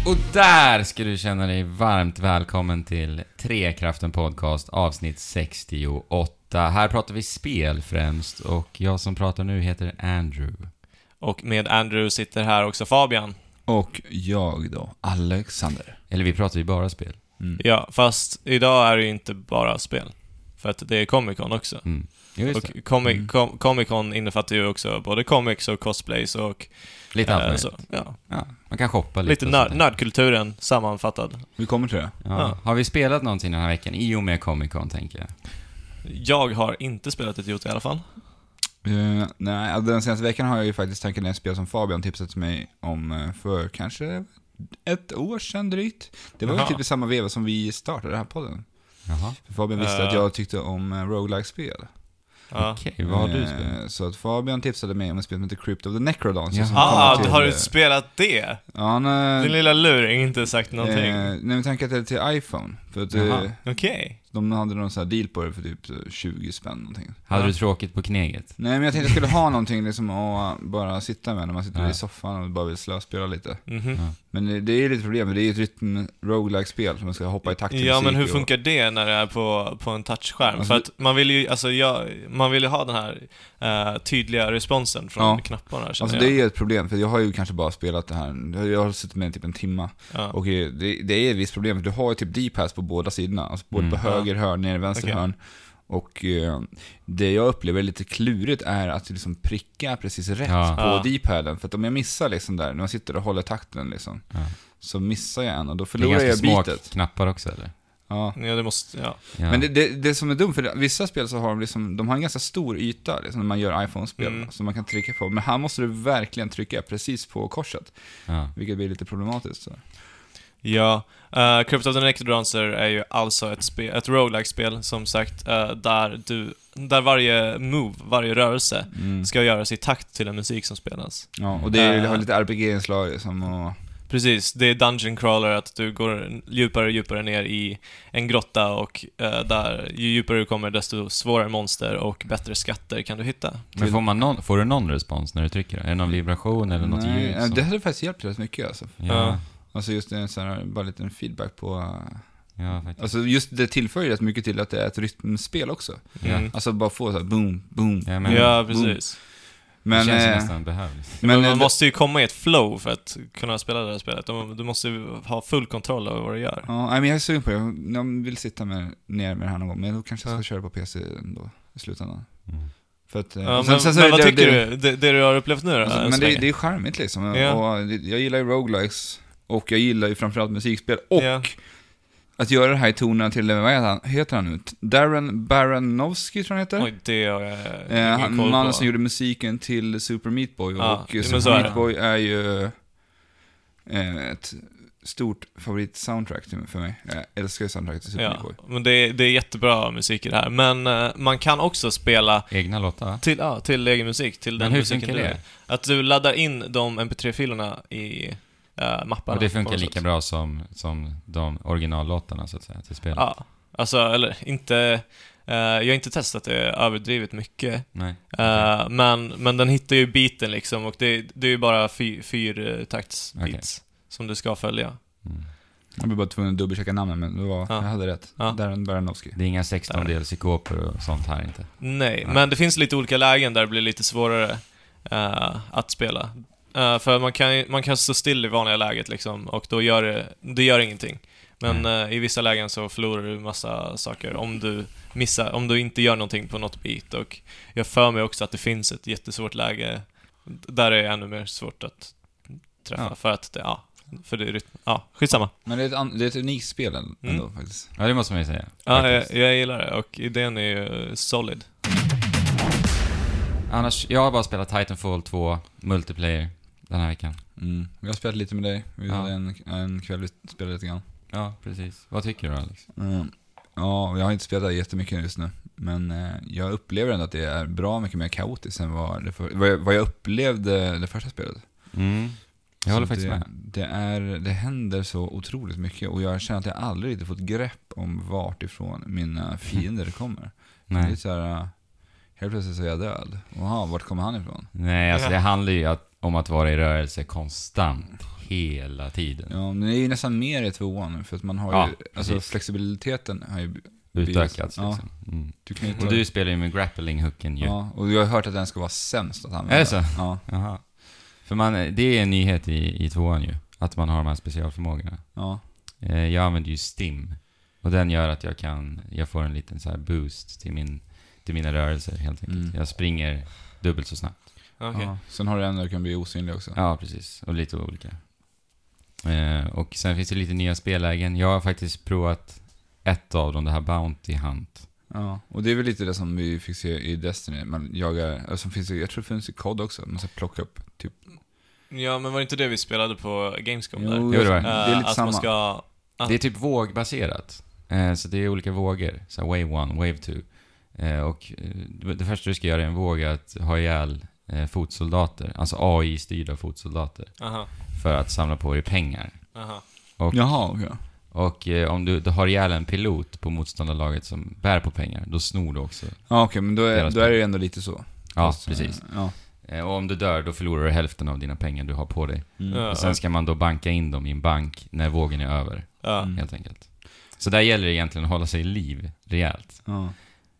Och där ska du känna dig varmt välkommen till Trekraften podcast avsnitt 68. Här pratar vi spel främst och jag som pratar nu heter Andrew. Och med Andrew sitter här också Fabian. Och jag då, Alexander. Eller vi pratar ju bara spel. Ja, fast idag är det ju inte bara spel. För att det är Comic-Con också. Just och Comic-Con innefattar ju också både comics och cosplays och lite allt så, ja. Man kan shoppa lite. Lite nördkulturen sammanfattad. Vi kommer till det. Ja. Har vi spelat någonting den här veckan i och med Comic-Con, tänker jag? Jag har inte spelat ett gjort i alla fall. Nej, den senaste veckan har jag ju faktiskt tanken ett spel som Fabian tipsat mig om för kanske ett år sedan drygt. Det var ju typ i samma veva som vi startade den här podden. Jaha. För Fabian visste att jag tyckte om roguelike-spel. Okej, vad har du spelat? Så att Fabian tipsade mig om ett spel som heter Crypt of the Necrodancer. Har du spelat det? Ja, Din lilla luring inte sagt någonting. Nej, men tänk att det är till iPhone. För att Okej. de hade någon sån här deal på det för typ 20 spänn någonting. Hade du tråkigt på kneget? Nej, men jag tänkte jag skulle ha någonting liksom att bara sitta med när man sitter i soffan och bara vill slöspela lite. Men det är lite problem, det är ett rytm roguelike-spel som man ska hoppa i takt till musik. Men hur funkar det när det är på en touchskärm? För att man vill ju, man vill ju ha den här tydliga responsen från knapparna. Alltså det är ju ett problem, för jag har ju kanske bara spelat det här. Jag har suttit med typ en timma. Och det är ett visst problem, för du har ju typ D-pads på båda sidorna. Alltså både på höger hörn, ner i vänster hörn. Och det jag upplever lite klurigt är att liksom pricka precis rätt på D-paden. För att om jag missar liksom där, när jag sitter och håller takten liksom, så missar jag en och då förlorar jag bitet. Det är ganska små knappar också, eller? Ja, det måste, Men det som är dumt, för vissa spel så har de liksom, de har en ganska stor yta liksom, när man gör iPhone-spel som man kan trycka på. Men här måste du verkligen trycka precis på korset. Vilket blir lite problematiskt så. Ja, Crypt of the Necrodancer är ju alltså ett roguelike-spel, som sagt, där varje move, varje rörelse ska göras i takt till en musik som spelas. Ja, och det har lite RPG-inslag som Precis, det är dungeon crawler, att du går djupare och djupare ner i en grotta och där ju djupare du kommer desto svårare monster och bättre skatter kan du hitta. Men får du någon respons när du trycker? Är det någon vibration eller något ljud? Nej, det hade faktiskt hjälpt rätt mycket alltså. Ja. Alltså just en sån här, bara lite feedback på. Ja, faktiskt. Alltså just det tillför ju rätt mycket till att det är ett rytmspel också. Alltså bara få så här boom, boom. Ja, precis. Boom. Men, det känns nästan behövligt. Men man måste ju komma i ett flow för att kunna spela det här spelet. Du måste ju ha full kontroll över vad du gör. Ja, men jag är sugen på det. Jag vill sitta ner med det här någon gång. Men då kanske jag ska köra på PC då, i slutändan. För att, men vad tycker du? Det du har upplevt nu då? Alltså, men det är charmigt liksom. Och jag gillar ju roguelikes. Och jag gillar ju framförallt musikspel. Och att göra det här i tonerna till, vad heter han nu? Darren Baranowski tror jag han heter. Oj, det har jag ingen koll på. Mannen som gjorde musiken till Super Meat Boy. Och Super Meat Boy är ju ett stort favorit-soundtrack för mig. Jag älskar ju soundtracket till Super Meat Boy. Men det är jättebra musik i det här. Men man kan också spela egna låtar till egen musik, till den musiken du. Att du laddar in de MP3-filerna i mapparna. Och det funkar lika bra som de originallåtarna så att säga till spelet. Ja, alltså eller inte. Jag har inte testat det överdrivet mycket. Nej. Men den hittar ju beaten liksom, och det är ju bara fyrtakts beats som du ska följa. Jag blev bara tvungen att dubbelchecka namnen, men jag hade rätt. Darren Baranowski. Det är inga 16-dels psykoper och sånt här inte. Nej, men det finns lite olika lägen där det blir lite svårare att spela. För man kan stå still i vanliga läget liksom, och då gör ingenting. Men i vissa lägen så förlorar du massa saker om du inte gör någonting på något beat. Och jag för mig också att det finns ett jättesvårt läge där det är ännu mer svårt att träffa för att för det är rytm. Skitsamma. Men det är ett unikt spel ändå faktiskt. Ja, det måste man ju säga. Ja, jag gillar det, och idén är ju solid. Annars, jag har bara spelat Titanfall 2 multiplayer den här veckan. Jag har spelat lite med dig. Vi hade en kväll vi spelade lite grann. Ja, precis. Vad tycker du, Alex? Ja, jag har inte spelat där jättemycket just nu. Men jag upplever ändå att det är bra mycket mer kaotiskt än vad jag upplevde det första spelet. Jag håller faktiskt med. Det händer så otroligt mycket. Och jag känner att jag aldrig riktigt fått grepp om vart ifrån mina fiender kommer. Nej. Det är så här, helt plötsligt så är jag död. Vart kommer han ifrån? Nej, alltså det handlar ju att om att vara i rörelse konstant hela tiden. Ja, men det är ju nästan mer i 2:an för att man har ju, alltså flexibiliteten har ju utökats ja. liksom. Mm. Och du spelar ju med grappling-hooken ju. Ja, och jag har hört att den ska vara sämst att använda. Är det så? Ja. Jaha. För det är en nyhet i 2:an ju, att man har de här specialförmågorna. Ja. Jag använder ju Stim, och den gör att jag får en liten så här boost till mina rörelser helt enkelt. Jag springer dubbelt så snabbt. Okay. Ja. Sen har du en där kan bli osynlig också. Ja, precis. Och lite olika. Och sen finns det lite nya spellägen. Jag har faktiskt provat ett av dem, det här Bounty Hunt. Ja, och det är väl lite det som vi fick se i Destiny. Man jagar, som finns, jag tror det finns i COD också. Man ska plocka upp typ. Ja, men var det inte det vi spelade på Gamescom där? Jo, det var. Det är lite att samma. Man ska... Det är typ vågbaserat. Så det är olika vågor. Så här wave 1, wave 2. Och det första du ska göra är en våg att ha ihjäl fotsoldater. Alltså AI-styrda fotsoldater. Aha. För att samla på dig pengar. Aha. Jaha, okej. Och om du har ihjäl en pilot på motståndarlaget som bär på pengar, då snor du också. Ja, okej, men då är det ju ändå lite så. Ja, Fast, precis. Ja. Och om du dör, då förlorar du hälften av dina pengar du har på dig. Ja, Och sen ska man då banka in dem i en bank när vågen är över. Ja. Helt enkelt. Så där gäller det egentligen att hålla sig i liv rejält. Ja.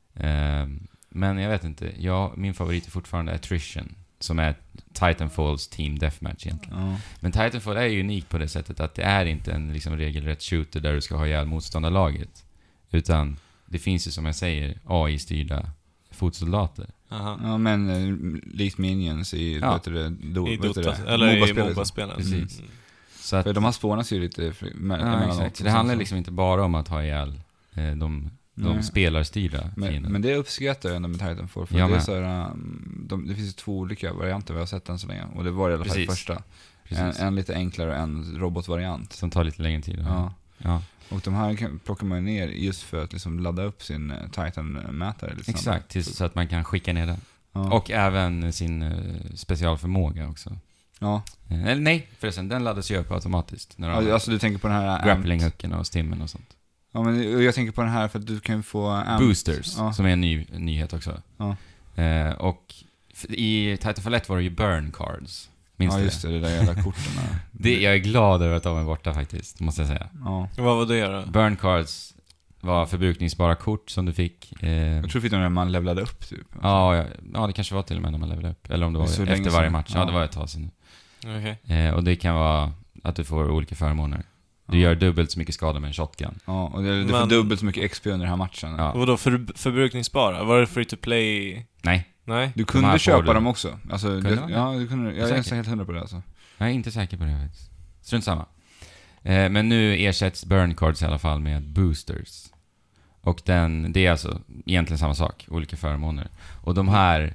Men jag vet inte. Min favorit är fortfarande Attrition, som är Titanfalls Team Deathmatch egentligen. Ja. Men Titanfall är ju unik på det sättet att det är inte en liksom regelrätt shooter där du ska ha ihjäl motståndarlaget. Utan det finns ju, som jag säger, AI-styrda fotsoldater. Aha. Ja, men likt Minions i, Ja. vet du det, I Dota, eller i MOBA-spel, MOBA-spelen. Precis. Så att, För de här spånas ju lite exakt. Så det handlar liksom inte bara om att ha ihjäl de spelarstyrda fiender. Men det uppskattar jag ändå med Titanfall. För det är så här, det finns ju 2 olika varianter vi har sett än så länge. Och det var i alla fall första. En lite enklare, en robotvariant. Som tar lite längre tid. Ja. Och de här plockar man ner just för att liksom ladda upp sin Titan-mätare. Liksom. Exakt, så att man kan skicka ner den. Ja. Och även sin specialförmåga också. Ja. Eller nej, förresten, den laddas ju upp automatiskt. När Alltså du tänker på den här grappling-hooken och stimmen och sånt. Ja, men jag tänker på den här för att du kan få boosters, som är en nyhet också. Ja. Och i Titanfall 1 var det ju burn cards. Minns du just det där jävla korten. Jag är glad över att de är borta faktiskt, måste jag säga. Ja. Vad var det då? Burn cards var förbrukningsbara kort som du fick. Jag tror att man levlade upp typ. Ja, det kanske var till och med när man levlade upp. Eller om det var efter varje match. Ja, det var ett tag sedan nu. Okay. Och det kan vara att du får olika förmåner. Du gör dubbelt så mycket skada med en shotgun. Ja, och du får dubbelt så mycket XP under den här matchen. Ja. Och då förbrukningsbara? Var det free to play? Nej. Du kunde köpa dem också. Alltså, du kunde. Jag är nästan helt 100 på det alltså. Jag är inte säker på det faktiskt. Strunt samma. Men nu ersätts burn cards i alla fall med boosters. Och det är alltså egentligen samma sak, olika förmåner. Och de här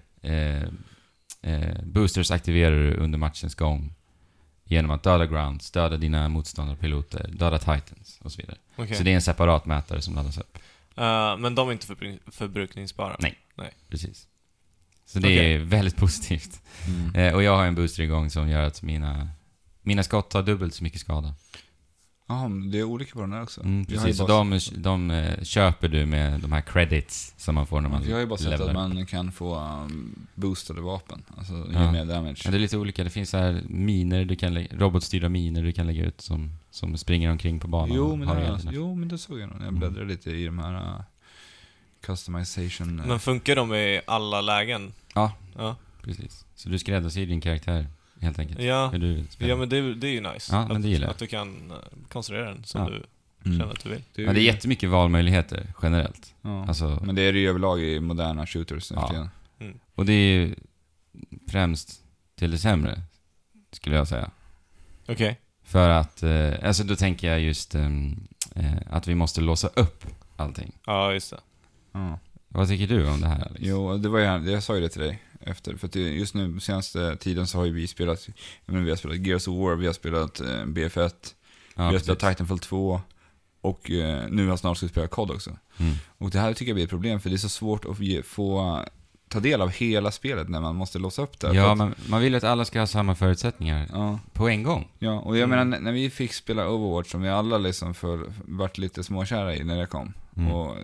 boosters aktiverar du under matchens gång genom att döda grounds, döda dina motståndarpiloter, döda titans och så vidare. Okay. Så det är en separat mätare som laddas upp. Men de är inte förbrukningsbara? Nej. Precis. Så det är väldigt positivt. Och jag har en booster igång som gör att mina skott tar dubbelt så mycket skada. Ja, det är olika på den här också. Precis, så de köper du med de här credits som man får när man jag har ju bara sett levelar. att man kan få boostade vapen. Alltså ge mer damage. Ja, det är lite olika. Det finns så här miner, robotstyrda miner du kan lägga ut som springer omkring på banan. Men det såg jag nog när jag bläddrade lite i de här customization. Men funkar de i alla lägen? Ja, precis. Så du skräddarsyr din karaktär helt enkelt. Ja, men det är ju nice. Ja, men det gillar jag. Att du kan konstruera den som du känner att du vill. Det är jättemycket valmöjligheter generellt. Ja. Alltså, men det är det ju överlag i moderna shooters. Och det är ju främst till det sämre, skulle jag säga. Okej. För att, alltså då tänker jag just att vi måste låsa upp allting. Ja, just det. Ja. Vad tycker du om det här, Alex? Jo, det var jag sa ju det till dig efter. För att just nu, senaste tiden så har ju vi spelat, vi har spelat Gears of War, vi har spelat BF1, vi har spelat Titanfall 2 och nu har snart ska vi spela COD också. Och det här tycker jag blir ett problem, för det är så svårt att få ta del av hela spelet när man måste låsa upp det. Ja, man vill att alla ska ha samma förutsättningar på en gång. Ja, och jag menar, när vi fick spela Overwatch som vi alla liksom vart lite småkära i när det kom. Och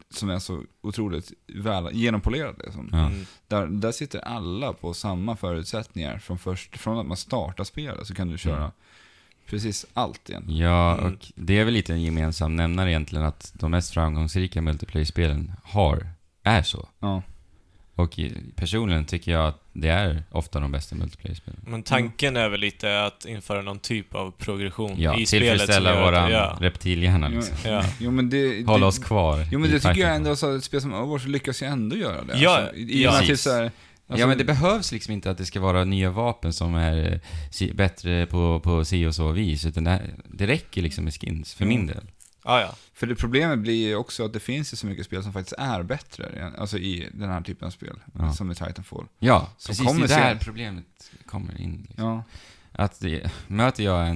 som är så otroligt väl genompolerade. Liksom. Där sitter alla på samma förutsättningar från att man startar spelet, så kan du köra precis allt igen. Ja, och det är väl lite en gemensam nämnare egentligen, att de mest framgångsrika multiplayer-spelen är så. Ja. Och personligen tycker jag att det är ofta de bästa multiplayer-spelen. Men tanken är väl lite att införa någon typ av progression i spelet. Tillfredsställa våran reptilhjärna liksom. Jo, men hålla oss kvar. Jo, men det tycker jag ändå, så ett spel som Overwatch lyckas ju ändå göra det. Ja, alltså, ja, men det behövs liksom inte att det ska vara nya vapen som är bättre på si och så vis, utan det räcker liksom med skins, för min del. Ja. För det problemet blir ju också att det finns ju så mycket spel som faktiskt är bättre, alltså i den här typen av spel, som i Titanfall. Ja, som precis, kommer det där problemet kommer in. Liksom. Ja. Att möter jag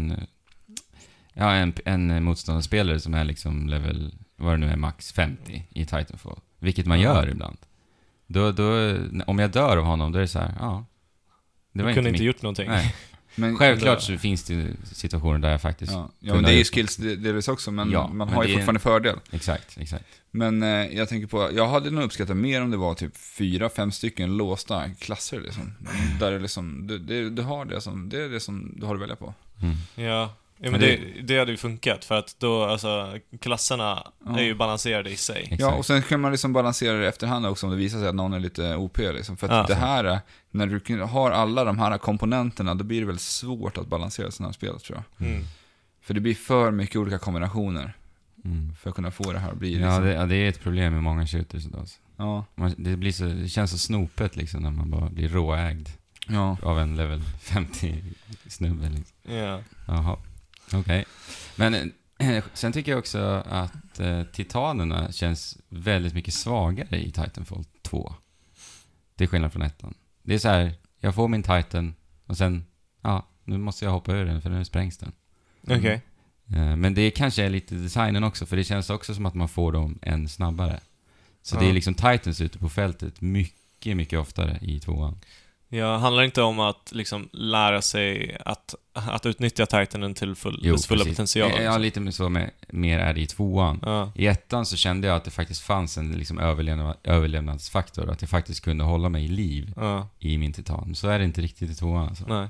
en motståndarspelare som är liksom level, vad det nu är, max 50 i Titanfall, vilket man gör ibland. Då, om jag dör av honom, då är det så här, det var du kunde inte gjort någonting. Nej. Men självklart så finns det situationer där jag faktiskt... Ja, men det är ju skills delvis också, men man har ju fortfarande fördel. Exakt. Men jag tänker på, jag hade nog uppskattat mer om det var typ 4-5 stycken låsta klasser liksom. Där det liksom, du har det som, det är det som du har att välja på. Ja, men det hade ju funkat, för att då, alltså, klasserna är ju balanserade i sig. Exakt. Ja, och sen kan man liksom balansera det efterhand också om det visar sig att någon är lite OP liksom. För att det här är, när du har alla de här komponenterna, då blir det väldigt svårt att balansera sådana här spel, tror jag. För det blir för mycket olika kombinationer för att kunna få det här att bli liksom. Ja, det är ett problem med många shooters idag. Ja. Det känns så snopet liksom, när man bara blir råägd av en level 50 snubbe liksom. Ja. Jaha. Okej. Men sen tycker jag också att titanerna känns väldigt mycket svagare i Titanfall 2. Det är skillnad från ettan. Det är så här, jag får min Titan och sen, nu måste jag hoppa ur den för nu sprängs den. Okej. Men det kanske är lite designen också, för det känns också som att man får dem än snabbare. Så det är liksom Titans ute på fältet mycket, mycket oftare i 2an. Ja, handlar inte om att liksom lära sig att utnyttja Titanen till dess fulla potential? Ja, lite så mer är det i 2an. Ja. I ettan så kände jag att det faktiskt fanns en liksom överlevnadsfaktor, att jag faktiskt kunde hålla mig i liv i min titan. Så är det inte riktigt i 2an alltså. Nej.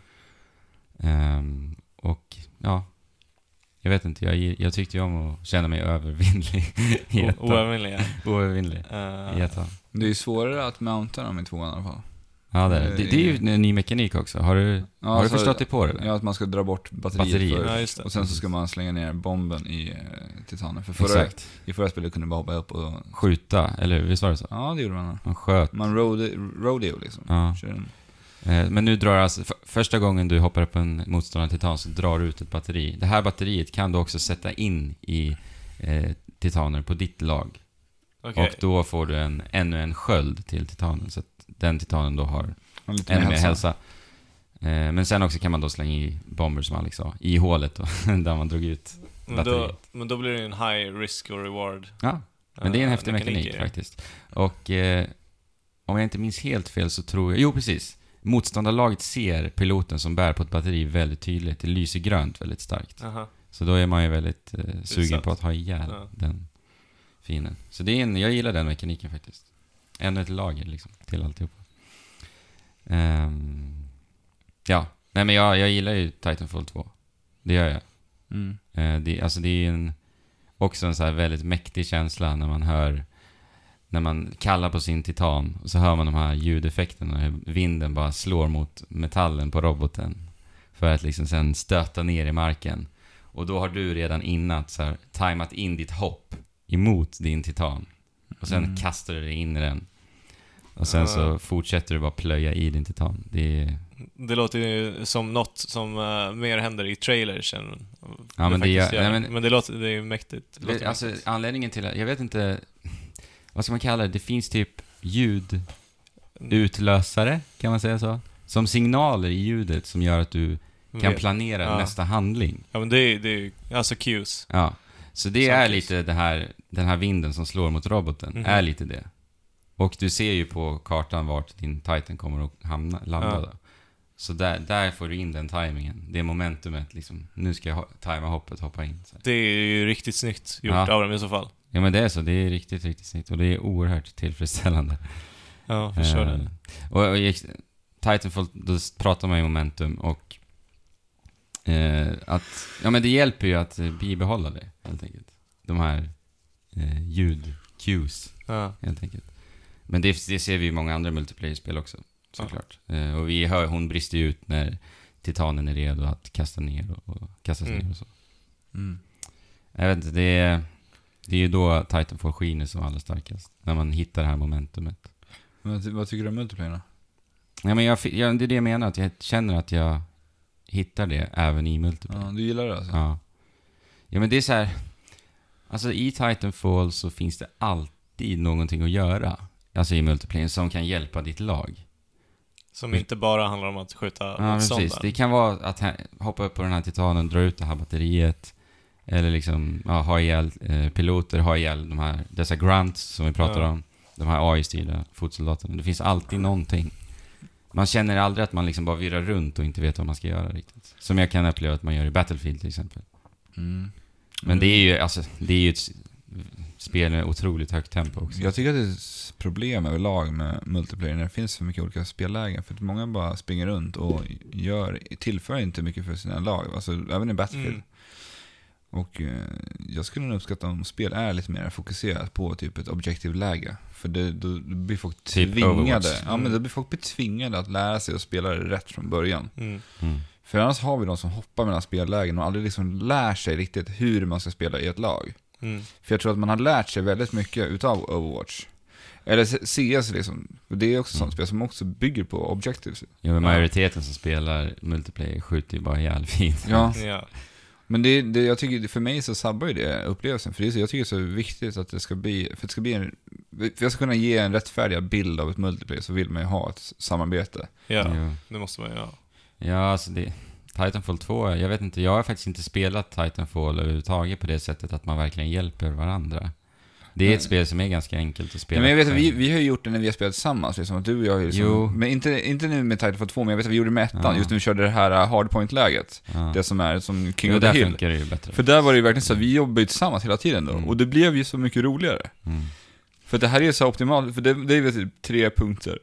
Och jag vet inte, jag tyckte ju om att känna mig övervinnlig i ettan. Oövervinnlig i ettan. Det är ju svårare att mounta dem i 2an i alla fall. Ja, det är ju en ny mekanik också. Har du förstått dig på det? Ja, att man ska dra bort batterier. Ja, just det. Och sen så ska man slänga ner bomben i titanen. För i förra spelet kunde man bara hoppa upp och skjuta, eller visst var det så? Ja, det gjorde man. Man sköt. Man rodeo liksom. Ja. Men nu drar alltså, första gången du hoppar upp på en motståndare titan så drar du ut ett batteri. Det här batteriet kan du också sätta in i titaner på ditt lag. Okay. Och då får du ännu en sköld till titanen, så att den titanen då har ännu mer hälsa. Men sen också kan man då slänga i bomber, som Alex sa, i hålet då, där man drog ut batteriet. Men då blir det en high risk och reward. Ja, men det är en häftig mekanik faktiskt. Och om jag inte minns helt fel så tror jag... Jo, precis. Motståndarlaget ser piloten som bär på ett batteri väldigt tydligt. Det lyser grönt väldigt starkt. Så då är man ju väldigt sugen på att ha ihjäl den finen. Så det är jag gillar den mekaniken faktiskt. Ännu ett lager liksom, till alltihopa. Nej, men jag gillar ju Titanfall 2. Det gör jag. Det är också en så här väldigt mäktig känsla när man kallar på sin titan och så hör man de här ljudeffekterna, hur vinden bara slår mot metallen på roboten för att liksom sen stöta ner i marken. Och då har du redan innan så här timat in ditt hopp emot din titan. Och sen kastar du dig in i den. Och sen så fortsätter du bara plöja i din titan. Det låter ju som något som mer händer i trailers än men det är ju mäktigt. Anledningen till att jag vet inte vad ska man kalla det? Det finns typ ljudutlösare, kan man säga så? Som signaler i ljudet som gör att du kan planera nästa handling. Ja, men det är alltså cues. Ja, så det är lite den här vinden som slår mot roboten. Är lite det. Och du ser ju på kartan vart din Titan kommer att landa då. Så där får du in den timingen. Det är momentumet liksom. Nu ska jag tajma hoppet, hoppa in. Så. Det är ju riktigt snyggt gjort av dem i så fall. Ja, men det är så. Det är riktigt, riktigt snyggt. Och det är oerhört tillfredsställande. Ja, förstår det. Och Titanfall, då pratar man ju momentum och att, ja men det hjälper ju att bibehålla det, helt enkelt. De här ljud-cues, helt enkelt. Men det ser vi i många andra multiplayer-spel också, såklart. Och vi hör, hon brister ju ut när titanen är redo att kasta ner och kastas ner och så. Jag vet inte, det är ju då Titanfall skiner som allra starkast. När man hittar det här momentumet. Men vad tycker du om multiplayer? Ja, men det är det jag menar, att jag känner att jag hittar det även i multiplayer. Ja, du gillar det alltså? Ja, men det är så här, alltså i Titanfall så finns det alltid någonting att göra. Alltså i multiplayer som kan hjälpa ditt lag. Som inte bara handlar om att skjuta motståndaren. Precis. Det kan vara att hoppa upp på den här titanen, dra ut det här batteriet. Eller liksom ha ihjäl piloter, ha ihjäl dessa grunts som vi pratar om. De här AI-styrda fotsoldaterna. Det finns alltid någonting. Man känner aldrig att man liksom bara virrar runt och inte vet vad man ska göra riktigt. Som jag kan uppleva att man gör i Battlefield till exempel. Men det är ju ett spel med otroligt högt tempo också. Jag tycker att det är ett problem överlag med multiplayer när det finns för mycket olika spellägen. För att många bara springer runt och tillför inte mycket för sina lag. Alltså även i Battlefield. Och jag skulle nog uppskatta om spel är lite mer fokuserat på typ ett objektivläge. För då blir folk tvingade. Ja, men då blir folk tvingade att lära sig att spela det rätt från början. För annars har vi de som hoppar mellan spellägen och aldrig liksom lär sig riktigt hur man ska spela i ett lag. För jag tror att man har lärt sig väldigt mycket utav Overwatch. Eller CS liksom. Och det är också sånt spel som också bygger på objectives. Ja, men majoriteten som spelar multiplayer skjuter ju bara ihjäl fint. Ja. Men jag tycker, för mig så sabbar ju det upplevelsen. För jag tycker det är så viktigt att det ska bli, för jag ska kunna ge en rättfärdig bild av ett multiplayer så vill man ju ha ett samarbete. Ja. Det måste man ju ha. Ja, alltså Titanfall 2, jag vet inte, jag har faktiskt inte spelat Titanfall överhuvudtaget på det sättet att man verkligen hjälper varandra. Det är ett spel som är ganska enkelt att spela. Men jag vet att vi har gjort det när vi har spelat tillsammans liksom, att du och jag liksom, men inte nu med Titanfall 2, men jag vet att vi gjorde med ettan, just när vi körde det här hardpoint-läget. Det som är som King of the Hill. Funkar det ju bättre. För där var det ju verkligen så att vi jobbade tillsammans hela tiden då, och det blev ju så mycket roligare. För det här är så optimalt, för det är ju typ 3 punkter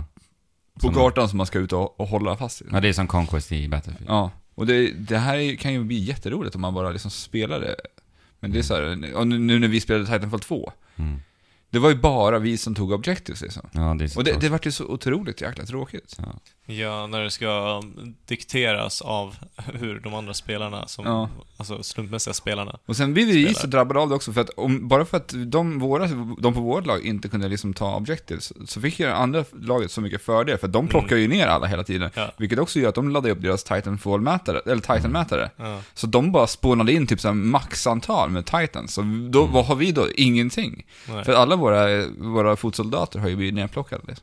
på kartan som man ska ut och hålla fast i. Ja, det är som Conquest i Battlefield. Ja, och det här kan ju bli jätteroligt om man bara liksom spelar det. Men det är så här, och nu när vi spelade Titanfall 2, det var ju bara vi som tog objectives liksom. Ja, det är så. Och det var ju så otroligt jäkla tråkigt. Ja, när det ska dikteras av hur de andra spelarna alltså slumpmässiga spelarna. Och sen blir vi så drabbade av det också, för att bara för att de på vårt lag inte kunde liksom ta objectives, så fick ju andra laget så mycket fördel, för de plockar ju ner alla hela tiden, vilket också gör att de laddade upp deras Titanfall-mätare, eller Titan-mätare. Så de bara spånade in typ så här maxantal med Titans, så då, vad har vi då? Ingenting. För alla våra fotsoldater har ju blivit nedplockade liksom.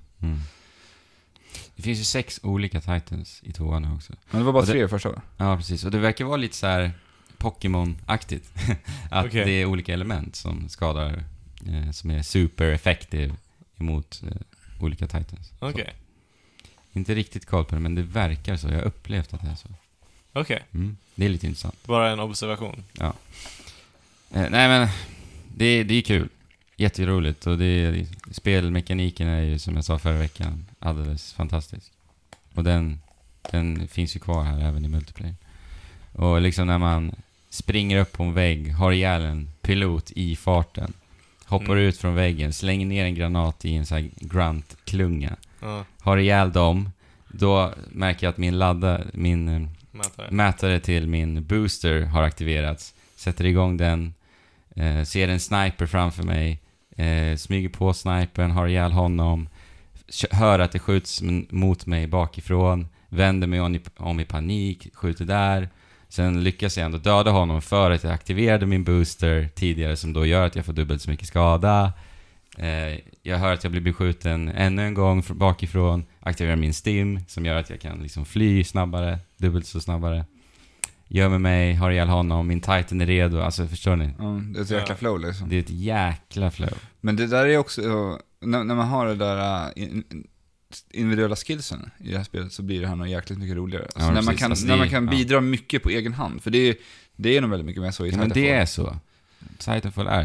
Det finns ju 6 olika Titans i 2:an också. Men det var bara 3 första, va? Ja, precis. Och det verkar vara lite så här Pokémon-aktigt. Att det är olika element som skadar, som är super effective emot olika Titans. Okej. Inte riktigt koll på det, men det verkar så. Jag har upplevt att det är så. Okej. Det är lite intressant. Bara en observation. Ja. Nej, men det är kul. Jätteroligt, och spelmekaniken är ju, som jag sa förra veckan, alldeles fantastisk. Och den finns ju kvar här även i multiplayer. Och liksom när man springer upp på en vägg, har ihjäl en pilot i farten, hoppar ut från väggen, slänger ner en granat i en sån här grunt-klunga, har ihjäl dem, då märker jag att min mätare till min booster har aktiverats, sätter igång den, ser en sniper framför mig, smyger på snipern, har ihjäl honom, hör att det skjuts mot mig bakifrån, vänder mig om i panik, skjuter där, sen lyckas jag ändå döda honom för att jag aktiverade min booster tidigare, som då gör att jag får dubbelt så mycket skada. Jag hör att jag blir beskjuten ännu en gång bakifrån, aktiverar min stim som gör att jag kan liksom fly snabbare, dubbelt så snabbare. Gömmer mig, har ihjäl honom, min Titan är redo, alltså förstår ni? Det är ett jäkla flow liksom. Det är ett jäkla flow. Men det där är också, när man har det där individuella skillsen i det här spelet, så blir det här nog jäkligt mycket roligare. Alltså när man kan bidra mycket på egen hand, för det är nog väldigt mycket mer så i Titanfall. Men det är så. Titanfall är så.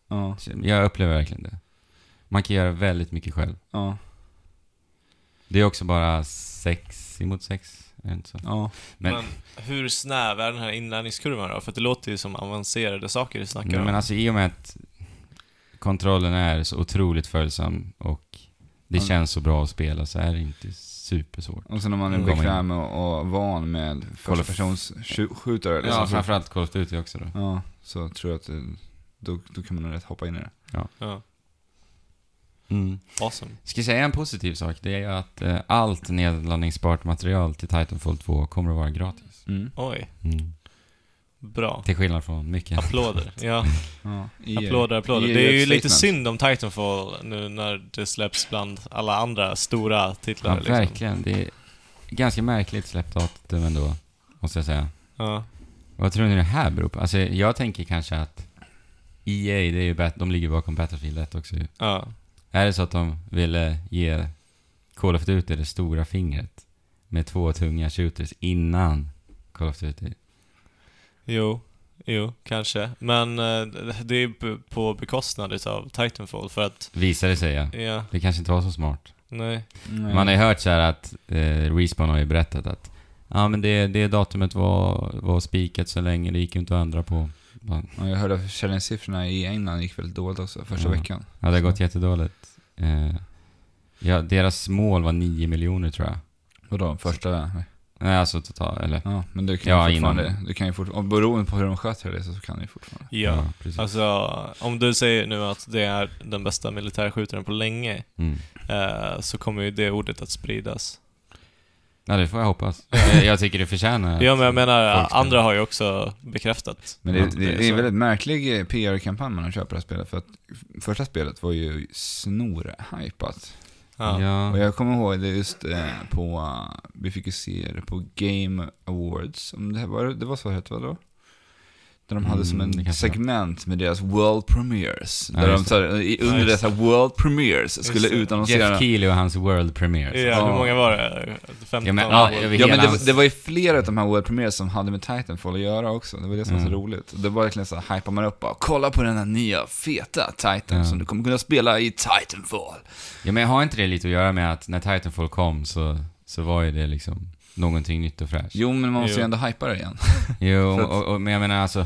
Ja. Jag upplever verkligen det. Man kan göra väldigt mycket själv. Ja. Det är också bara 6 emot 6. Är det inte så? Ja. Men hur snäv är den här inlärningskurvan då? För det låter ju som avancerade saker du snackar om. Men alltså i och med att kontrollen är så otroligt följsam och det känns så bra att spela, så är det inte supersvårt. Och sen när man är bekväm och van med första persons skjutare. Ja, framförallt Call of Duty också då. Ja, så tror jag att då kan man rätt hoppa in i det. Ja. Awesome. Ska jag säga en positiv sak? Det är att allt nedladdningsbart material till Titanfall 2 kommer att vara gratis. Oj. Bra. Till skillnad från mycket. Applåder. Ja. Applåder. Det är ju lite synd om Titanfall nu när det släpps bland alla andra stora titlar. Ja, liksom. verkligen. Det är ganska märkligt släppdatum ändå, måste jag säga. Ja. Vad tror ni det här beror på? Alltså, jag tänker kanske att EA, det är ju de ligger bakom Battlefield 1 också. Ja. Är det så att de ville ge Call of Duty det stora fingret med 2 tunga shooters innan Call of Duty? Jo, kanske. Men det är på bekostnad av Titanfall för att... Visar det sig, ja. Det kanske inte var så smart. Nej. Man har ju hört så här att Respawn har ju berättat att men det datumet var spikat så länge, det gick ju inte att ändra på. Ja, jag hörde att försäljningssiffrorna i England gick väldigt dåligt också första veckan. Ja, det har gått jättedåligt. Deras mål var 9 miljoner tror jag. Vadå? Första? Nej, alltså total, eller? Ja, men du kan ju fortfarande... Du kan ju fortfarande, beroende på hur de sköter det så kan du ju fortfarande. Ja, precis. Alltså om du säger nu att det är den bästa militärskjutaren på länge så kommer ju det ordet att spridas. Ja, det får jag hoppas. Jag tycker det förtjänar. Ja, men jag menar, andra har ju också bekräftat. Men det är en väldigt märklig PR-kampanj man har köpt på det här spelet. För att första spelet var ju snor-hypat. Ja. Och jag kommer ihåg det just på... Vi fick ju se det på Game Awards. Om det var så hette, vadå? Där de hade som en segment med deras World Premieres. Där de under dessa World Premieres skulle utannonsera... Jeff Keighley och hans World Premieres. Ja, hur många var det? 15? Men det var ju flera av de här World Premieres som hade med Titanfall att göra också. Det var det som var så roligt. Det var verkligen så här, hypar man upp och kolla på den här nya feta Titan som du kommer kunna spela i Titanfall. Ja, men har inte det lite att göra med att när Titanfall kom så var ju det liksom någonting nytt och fräscht? Jo, men man måste ju ändå hypa det igen. Jo, men jag menar alltså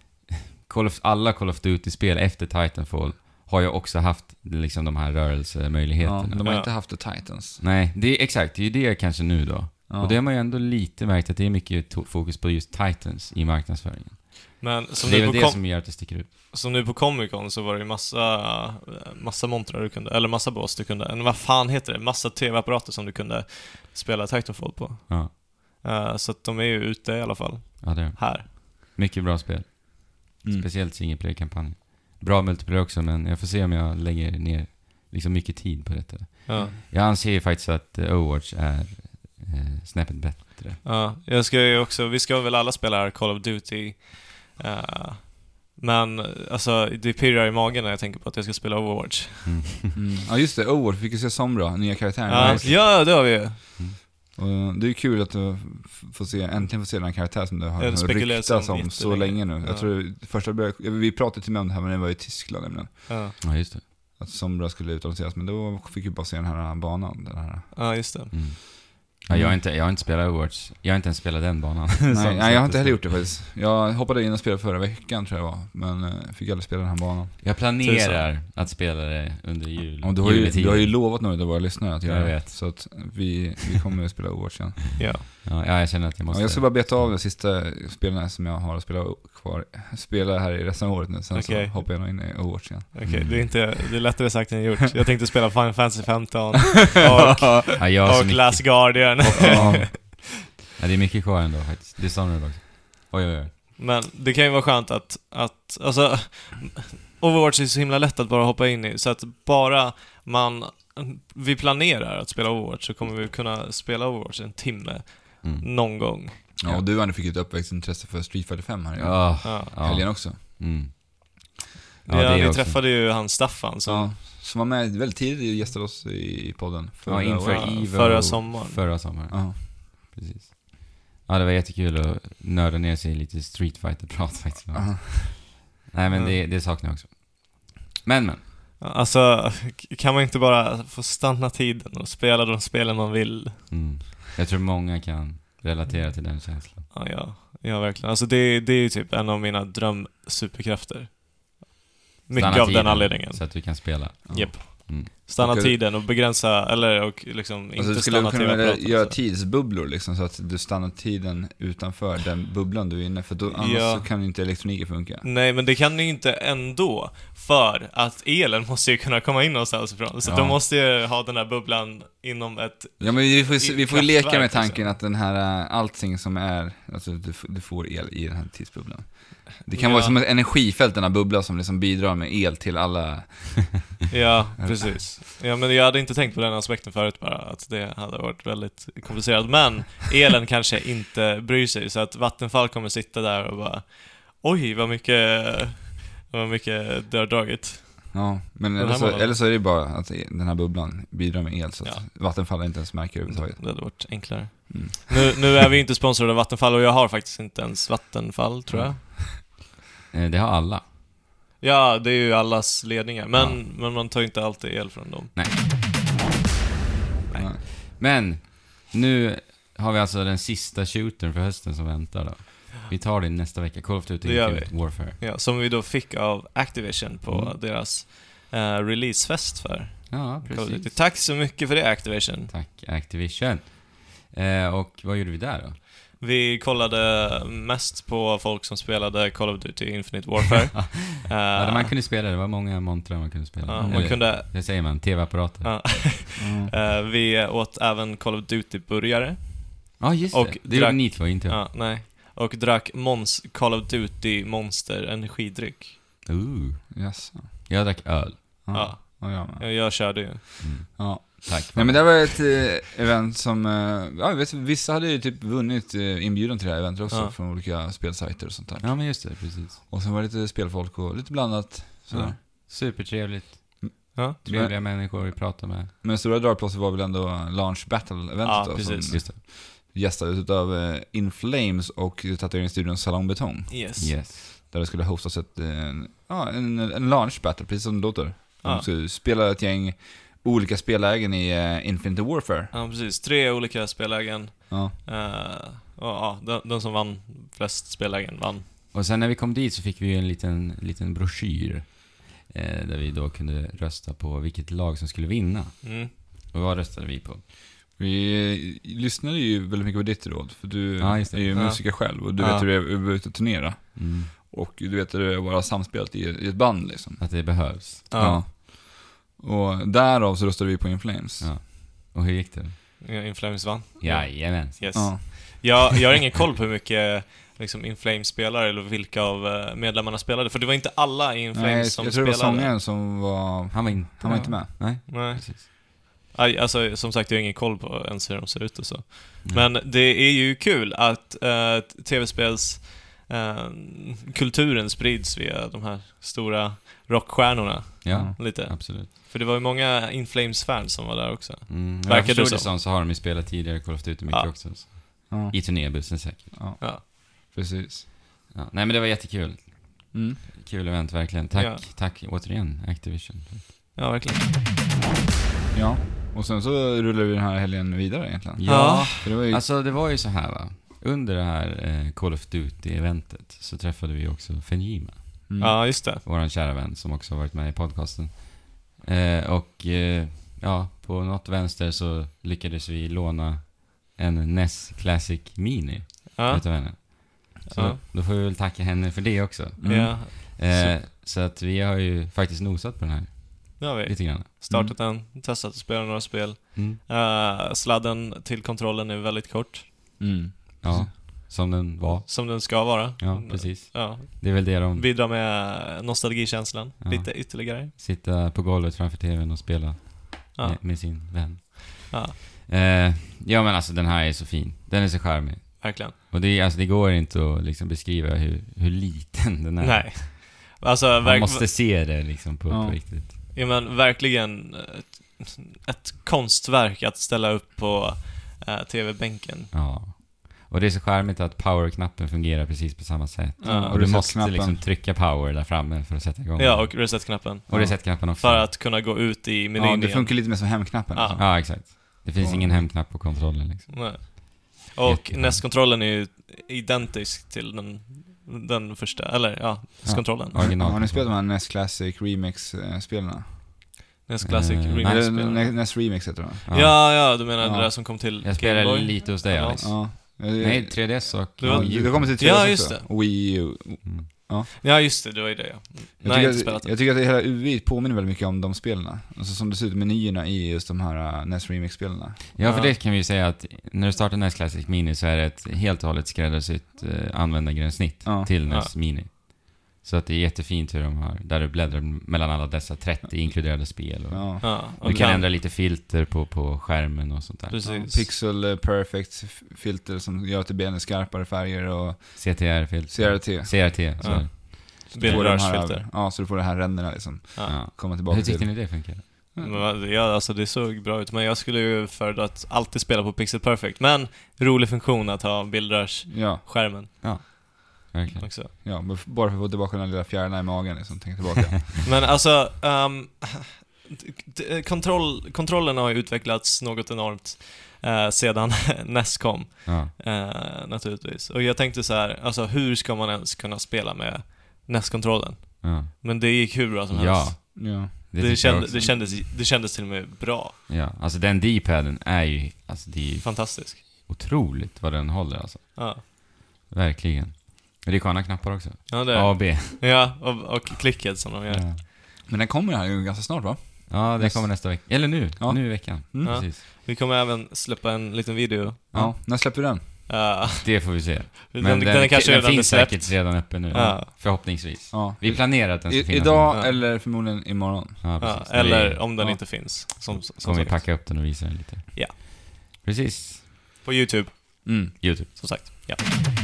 alla Call of Duty-spel efter Titanfall har ju också haft liksom de här rörelsemöjligheterna. Ja, de har inte haft The Titans. Nej, det är exakt. Det är ju det kanske nu då. Ja. Och det har man ju ändå lite märkt att det är mycket fokus på just Titans i marknadsföringen. Men som det är väl det som gör att det sticker ut. Som nu på Comic-Con så var det ju massa montrar du kunde, eller massa bås du kunde, vad fan heter det? Massa tv-apparater som du kunde spela Titanfall på. Ja. Så att de är ju ute i alla fall. Ja, det är. Här. Mycket bra spel. Speciellt singleplayer-kampanjen. Bra multiplayer också, men jag får se om jag lägger ner liksom mycket tid på detta. Ja. Jag anser ju faktiskt att Overwatch är snäppet bättre. Ja, vi ska väl alla spela Call of Duty. Men alltså, det pirrar i magen när jag tänker på att jag ska spela Overwatch. Ja, just det. Overwatch fick ju se Sombra, nya karaktären. Ja, det har vi ju. Och det är ju kul att du äntligen får se den här karaktären som du har ryktats om så länge nu. Jag tror vi pratade till mig om det här, men det var i Tyskland nämligen. Ja, just det. Att Sombra skulle utannonseras, men då fick vi bara se den här banan. Ja, just det. Ja, jag har inte spelat Overwatch. Jag har inte ens spelat den banan. Nej, jag har inte heller gjort det faktiskt. Jag hoppade in och spelade förra veckan tror jag var, men fick aldrig spela den här banan. Jag planerar att spela det under jul. Och du har ju lovat några av våra lyssnare att göra. Jag vet. Så att vi kommer att spela Overwatch igen. Ja, jag känner att jag måste... Jag ska bara beta av de sista spelen som jag har att spela här i resten av året nu. Sen så hoppar jag nog in i Overwatch igen. Okej, det är lättare sagt än gjort. Jag tänkte spela Final Fantasy 15 och Last Guardian. Ja, det är mycket kvar ändå faktiskt. Det är Dishonored också. Oj. Men det kan ju vara skönt att alltså, Overwatch är så himla lätt att bara hoppa in i. Så att bara vi planerar att spela Overwatch så kommer vi kunna spela Overwatch en timme någon gång. Ja, och du fick ett uppväxtintresse för Street Fighter 5 här i helgen också. Ja, vi träffade ju han Staffan som var med väldigt tidigt och gästade oss i podden. Förra sommaren. Ja. Precis. Ja, det var jättekul att nörda ner sig i lite Street Fighter-prat faktiskt. Nej, men det saknar jag också. Men. Alltså, kan man inte bara få stanna tiden och spela de spelen man vill? Jag tror många kan relatera till den känslan. Ja, verkligen. Alltså det är ju typ en av mina drömsuperkrafter. Mycket Stanna av tiden, den anledningen. så att du kan spela. Japp. Stanna tiden och begränsa, och liksom alltså, inte stanna tiden. Skulle du kunna göra så. tidsbubblor liksom, så att du stannar tiden utanför den bubblan du är inne, för då, annars så kan inte elektroniken funka. Nej, men det kan ju inte ändå, för att elen måste ju kunna komma in någonstans ifrån. Så de måste ju ha den här bubblan inom ett... Ja, men vi får leka med tanken att den här, allting som är, alltså du får el i den här tidsbubblan. Det kan vara som ett energifält, den här bubblan som liksom bidrar med el till alla. Ja, precis. Ja, men jag hade inte tänkt på den aspekten förut bara, att det hade varit väldigt komplicerat. Men elen kanske inte bryr sig, så att Vattenfall kommer sitta där och bara, oj, vad mycket det har dragit. Ja, men eller så är det bara att den här bubblan bidrar med el, så att Vattenfall inte ens märker överhuvudtaget. Det hade varit enklare. Nu är vi inte sponsrade av Vattenfall, och jag har faktiskt inte ens Vattenfall, tror jag. Det har alla. Ja, det är ju allas ledningar. Men man tar ju inte alltid el från dem. Nej. Men nu har vi alltså den sista shootern för hösten som väntar då. Vi tar det nästa vecka. Call of Duty Infinite Warfare. Ja, som vi då fick av Activision på deras releasefest för. Ja, precis. Tack så mycket för det, Activision. Tack, Activision. Och vad gjorde vi där då? Vi kollade mest på folk som spelade Call of Duty Infinite Warfare. Ja, man kunde spela, det var många montrar man kunde spela. Man kunde... Det säger man, tv-apparater. Vi åt även Call of Duty-burgare. Ja, just det. Det gjorde ni två, inte jag. Nej. Och drack Call of Duty Monster energidryck. Yes. Jag drack öl. Ja. Jag körde ju. Ja. Tack. Nej, men det var ett event som, vissa hade ju typ vunnit inbjudan till det här eventet också, från olika spelsajter och sånt där. Ja, men just det, precis. Och sen var det lite spelfolk och lite blandat. Ja. Supertrevligt. Ja. Trevliga människor vi pratar med. Men stora dragplåset var väl ändå Launch Battle-eventet då, precis. som gästades utav In Flames och tatueringsstudion Salon Beton. Yes. Där det skulle hostas en Launch Battle, precis som det låter. De skulle spela ett gäng olika spellägen i Infinite Warfare. Ja, precis. 3 olika spellägen. De som vann flest spellägen vann. Och sen när vi kom dit så fick vi ju en liten broschyr där vi då kunde rösta på vilket lag som skulle vinna. Och vad röstade vi på? Vi lyssnade ju väldigt mycket på ditt råd, för du är ju musiker själv och du vet hur det är att turnera. Och du vet hur det är att vara samspelat i ett band liksom. Att det behövs. Ja. Och därav så röstade vi på In Flames. Ja. Och hur gick det? In Flames vann. Jajamän. Yes. Jag har ingen koll på hur mycket liksom In Flames spelare eller vilka av medlemmarna spelade, för det var inte alla In Flames som spelade. Jag tror det var sångaren som var... Han var inte med. Nej. Precis. Alltså, som sagt, jag har ingen koll på ens hur de ser ut och så. Men det är ju kul att tv-spels kulturen sprids via de här stora rockstjärnorna. Ja, lite. Absolut. För det var ju många In Flames-fans som var där också. Jag förstod det som så har de ju spelat tidigare Call of Duty mycket också. I turnébussen säkert. Ja. Precis. Ja. Nej, men det var jättekul. Kul event, verkligen. Tack återigen, Activision. Ja, verkligen. Ja, och sen så rullar vi den här helgen vidare egentligen. Ja, alltså det var ju så här va. Under det här Call of Duty-eventet så träffade vi också Fenjima. Ja, just det. Våran kära vän som också har varit med i podcasten. På något vänster så lyckades vi låna en NES Classic Mini utav henne. Så då får vi väl tacka henne för det också. Så att vi har ju faktiskt nosat på den här. Ja, vi lite grann. Startat den, testat att spela några spel. Sladden till kontrollen är väldigt kort. Ja, som den var. Som den ska vara. Ja, precis. Ja. Det är väl det de... Bidrar med nostalgikänslan lite ytterligare. Sitta på golvet framför tvn och spela med sin vän. Men alltså den här är så fin. Den är så charmig. Verkligen. Och det går inte att liksom beskriva hur liten den är. Nej. Alltså, man måste se det liksom på riktigt. Ja, men verkligen ett konstverk att ställa upp på tv-bänken. Ja. Och det är så charmigt att power-knappen fungerar precis på samma sätt. Och du måste liksom trycka power där framme för att sätta igång. Ja, och reset-knappen. Och reset-knappen också. För att kunna gå ut i menyn igen. Det funkar lite mer som hemknappen. Ja, ja exakt. Det finns ingen hemknapp på kontrollen liksom. Nej. Och NES-kontrollen är ju identisk till den första, eller NES-kontrollen. Original. Har ni spelat de här NES Classic Remix-spelarna? NES Classic Remix-spelarna. NES Remix heter det. Ja, du menar det där som kom till Jag spelade lite hos dig, Alex. Ja. Nej, 3DS och det kommer till 3DS ja, just det. och Wii U. Ja, just det var ju det, Jag tycker att det hela UI påminner väldigt mycket om de spelarna. Alltså som det ser ut menyerna i just de här NES Remix-spelarna. Ja, för det kan vi ju säga att när du startar NES Classic Mini så är det ett helt och hållet skräddarsytt användargränssnitt till NES Mini. Så att det är jättefint hur de har, där du bläddrar mellan alla dessa 30 inkluderade spel. Och du kan ändra lite filter på skärmen och sånt där. Precis. Pixel Perfect filter som gör att det blir ännu skarpare färger och CRT. Så Bildrörsfilter. Ja, så du får det här ränderna liksom. Komma tillbaka. Hur tyckte ni det funkar? Ja, alltså det såg bra ut. Men jag skulle ju föredra att alltid spela på Pixel Perfect. Men rolig funktion att ha bildrörsskärmen. Ja. Verkligen. Också. Ja, bara för att få tillbaka den lilla fjärna i magen liksom, tänk tillbaka. Men alltså kontrollen har ju utvecklats något enormt sedan NES kom. Naturligtvis. Och jag tänkte så här, alltså hur ska man ens kunna spela med NES-kontrollen? Men det gick hur bra som helst. Ja. Det kändes till och med bra. Ja, alltså den D-paden är ju det är fantastisk. Otroligt vad den håller alltså. Ja. Verkligen. Och det är sköna knappar också. Ja, det är. A och B. Ja, och klicket som de gör. Ja. Men den kommer här ju ganska snart, va? Ja, det kommer nästa vecka. Eller nu. Ja. Nu i veckan. Precis. Vi kommer även släppa en liten video. Ja, när släpper vi den? Det får vi se. Men den finns säkert redan uppe nu. Förhoppningsvis. Ja. Vi planerar att den ska finnas. Idag eller förmodligen imorgon. Ja, eller om den inte finns. Som kommer vi packa upp den och visa den lite. Ja. Precis. På YouTube. YouTube. Som sagt. Ja.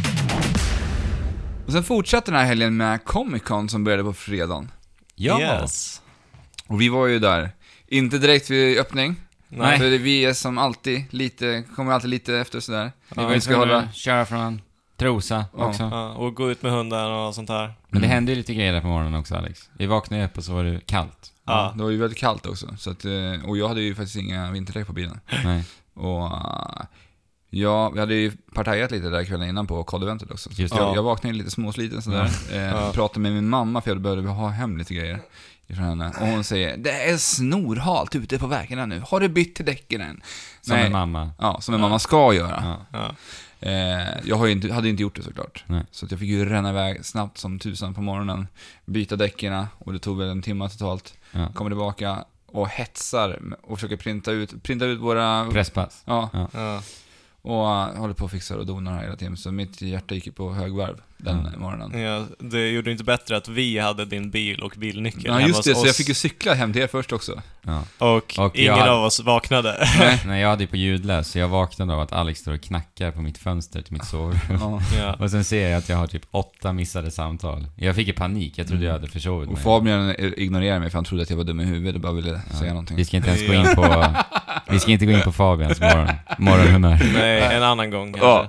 Och sen fortsatte den här helgen med Comic-Con som började på fredagen. Ja. Yes. Och vi var ju där. Inte direkt vid öppning. Nej. För vi är som alltid kommer alltid lite efter sådär. Vi ska köra från Trosa också. Ja, och gå ut med hunden och sånt här. Men det hände ju lite grejer där på morgonen också, Alex. Vi vaknade upp och så var det kallt. Ja, det var ju väldigt kallt också. Så att, och jag hade ju faktiskt inga vinterdäck på bilen. Nej. Och ja, vi hade ju partajat lite där kvällen innan på COD-eventet också. Så jag vaknade lite småsliten sådär. Pratade med min mamma för jag behövde ha hem lite grejer ifrån henne. Och hon säger, det är snorhalt ute på vägarna nu. Har du bytt till däcken än? Som en mamma. Ja, som en mamma ska göra. Ja. Jag hade inte gjort det såklart. Nej. Så att jag fick ju ränna iväg snabbt som tusan på morgonen. Byta däckerna. Och det tog väl en timme totalt. Kommer tillbaka och hetsar och försöker printa ut våra presspass. Ja. Och håller på att fixa och donar här hela tiden. Så mitt hjärta gick på högvarv den morgonen. Ja, det gjorde inte bättre att vi hade din bil och bilnyckel. Ja, just det. Så jag fick ju cykla hem till er först också. Ja. Och ingen av oss vaknade. Nej, jag hade ju på ljudlös. Så jag vaknade av att Alex står och knackar på mitt fönster till mitt sovrum. Ja. Och sen ser jag att jag har typ 8 missade samtal. Jag fick ju panik. Jag trodde jag hade försovit mig. Och Fabian ignorerade mig för han trodde att jag var dum i huvudet och bara ville säga någonting. Vi ska inte ens gå in på... Vi ska inte gå in på Fabians morgonhumör. Nej, en annan gång. Ja.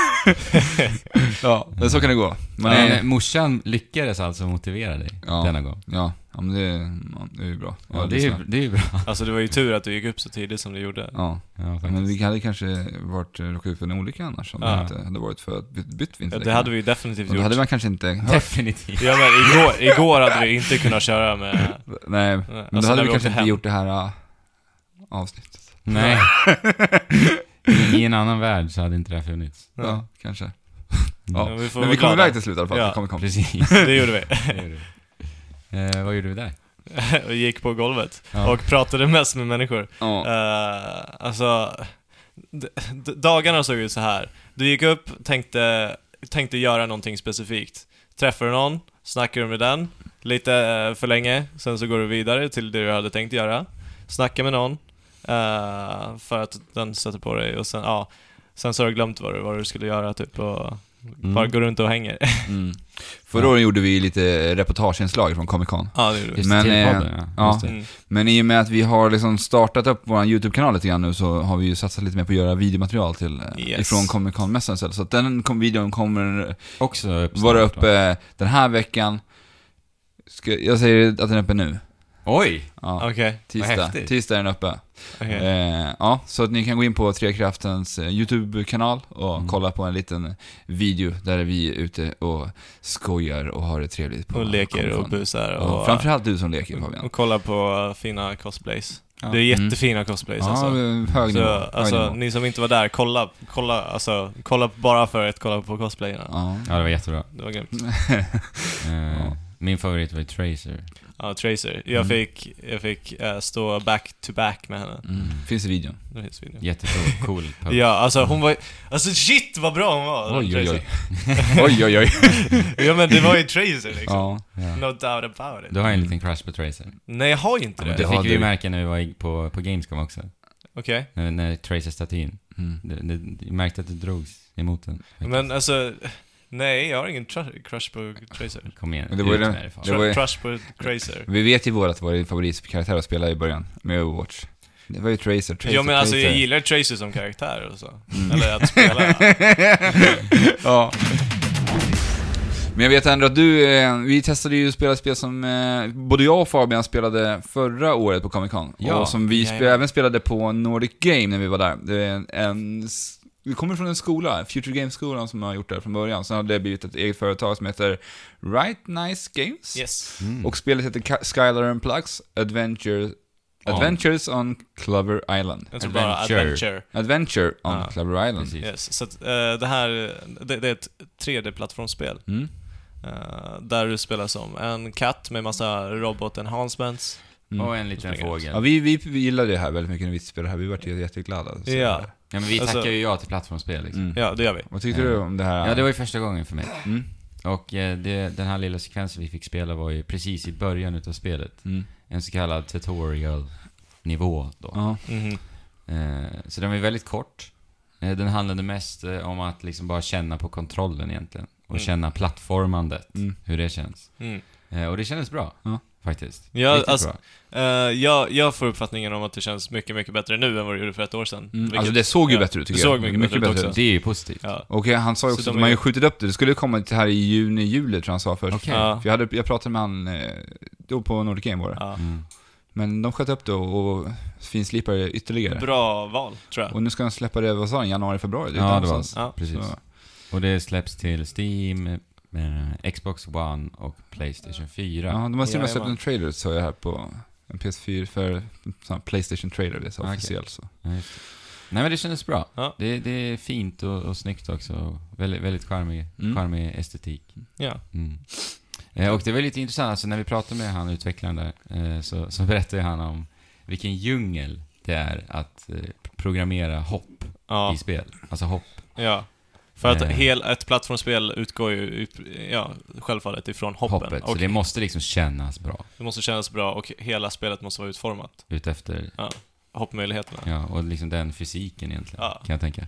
Ja, men så kan det gå. Men morsan lyckades alltså motivera dig denna gång. Ja, men det är ju bra. Ja, det är ju bra. Alltså det var ju tur att du gick upp så tidigt som du gjorde. Ja, men vi hade kanske råkat ut för en olycka annars om det inte hade varit för att bytt vinterdäck. Det hade vi definitivt gjort. Det hade man kanske inte hört. Definitivt. Ja, men igår hade vi inte kunnat köra med... Nej, men då hade vi kanske inte gjort det här avsnittet. Nej. I en annan värld så hade inte det här funnits. Ja, kanske. Ja, men vi kom iväg till slut i alla fall. Ja, precis. Det gjorde vi. Vad gjorde vi där? Vi gick på golvet och pratade mest med människor. Alltså, dagarna såg ut så här. Du gick upp, tänkte göra någonting specifikt. Träffar du någon, snackar du med den lite för länge, sen så går du vidare till det du hade tänkt göra. Snacka med någon för att den sätter på dig och sen så har du glömt vad du skulle göra typ och bara går runt och hänger. Förra året gjorde vi lite reportageinslag från Comic Con. Ja, det gjorde vi. Just Men, till eh, podden, ja. Just det. Men i och med att vi har liksom startat upp vår YouTube-kanal lite grann nu, så har vi ju satsat lite mer på att göra videomaterial till ifrån Comic Con-mässan istället. Så att den videon kommer Också vara uppe den här veckan. Jag säger att den är uppe nu. Oj! Ja. Okej. Tisdag är den uppe. Okej. Ja, så att ni kan gå in på Trekraftens YouTube-kanal och kolla på en liten video där vi är ute och skojar och har det trevligt på Och leker Comic-Con. och busar. Och framförallt du som leker, Fabian. Och kolla på fina cosplays. Ja. Det är jättefina cosplays Ja, alltså. hög nivå. Så, hög alltså, nivå. ni som inte var där, kolla bara för att kolla på cosplayerna. Ja. Ja, det var jättebra. Det var grymt. Min favorit var Tracer. Ja, Tracer. Jag fick stå back to back med henne. Finns i videon. Det finns video. Jättecool pose. Ja, alltså hon var... Alltså shit vad bra hon var! Oj, oj, Tracer. oj. Oj, oj, oj. Ja men det var ju Tracer liksom. Ja. No doubt about it. Du har en liten crush på Tracer. Nej, jag har ju inte det. Det Ja, fick vi det- ju märka när vi var på Gamescom också. Okej. När Tracer-statyn. Mm. Jag märkte att det drogs emot den. Men alltså... Nej, jag har ingen crush på Tracer. Kom igen, Men det var ju ut den- med det, fan. det var ju- Crush på Tracer. Vi vet ju båda att vår favoritkaraktär att spela i början med Overwatch. Det var ju Tracer. Ja men alltså jag gillar Tracer som karaktär och så. Eller att spela. Ja. Men jag vet ändå att vi testade ju att spela ett spel som både jag och Fabian spelade förra året på Comic Con. Ja, och som vi ja. även spelade på Nordic Game när vi var där. Det är vi kommer från en skola, Future Games-skolan, som har gjort det från början. Sen har det blivit ett eget företag som heter Right Nice Games. Yes. Och spelet heter Skylar and Plugs Adventures on Clover Island. Jag tror bara Adventure. Adventure. Adventure on Ja. Clover Island. Precis. Yes. Så att, det här, det är ett 3D-plattformsspel. Mm. Där du spelar som en katt med massa robot-enhancements. Och en liten Springer. fågel. Ja, vi gillade det här väldigt mycket när vi spelade det här. Vi var jätteglada. Så. Ja. Ja, men vi Alltså- tackar ju ja till plattformsspel liksom. Mm. Ja, det gör vi. Vad tyckte du om det här? Ja, det var ju första gången för mig. Mm. Och den här lilla sekvensen vi fick spela var ju precis i början utav spelet. Mm. En så kallad tutorial-nivå då. Ja. Mhm. Så den var ju väldigt kort. Den handlade mest om att liksom bara känna på kontrollen egentligen. Och känna plattformandet. Mm. Hur det känns. Mm. Och det kändes bra. Ja. Faktiskt. Ja, Riktigt alltså, bra. jag får uppfattningen om att det känns mycket, mycket bättre nu än vad det gjorde för ett år sedan. Mm. Vilket- Alltså det såg ju ja, bättre ut, tycker det jag. såg mycket bättre ut också. Det är ju positivt. Ja. Och han sa ju Så också de att man är- ju skjutit upp det. Det skulle komma till här i juli tror jag han sa först. Okej. Ja. För jag pratade med han då på Nordic Game var det. Ja. Mm. Men de sköt upp det och finslipar det ytterligare. Bra val, tror jag. Och nu ska han släppa det, vad sa han, januari, februari? Ja, det var någonstans. Ja. precis. Så. Och det släpps till Steam, Xbox One och Playstation 4. Ja, de har till och med släppt Jajamän. en trailer, så jag här på en PS4 för sån Playstation trailer, det är så Okej. officiellt så. Ja, just det. Nej, men det kändes bra. Ja. Det är fint och snyggt också. Väldigt, väldigt charmig estetik. Ja. Mm. Och det var lite intressant, alltså när vi pratade med han utvecklaren där, så berättade han om vilken djungel det är att programmera hopp Ja. i spel. Alltså hopp. Ja. För att Eh. ett plattformsspel utgår ju självfallet ifrån hoppen. Hoppet. Och Så det måste liksom kännas bra det måste kännas bra och hela spelet måste vara utformat. utefter, Hoppmöjligheterna. ja, och liksom den fysiken egentligen, Ja. kan jag tänka.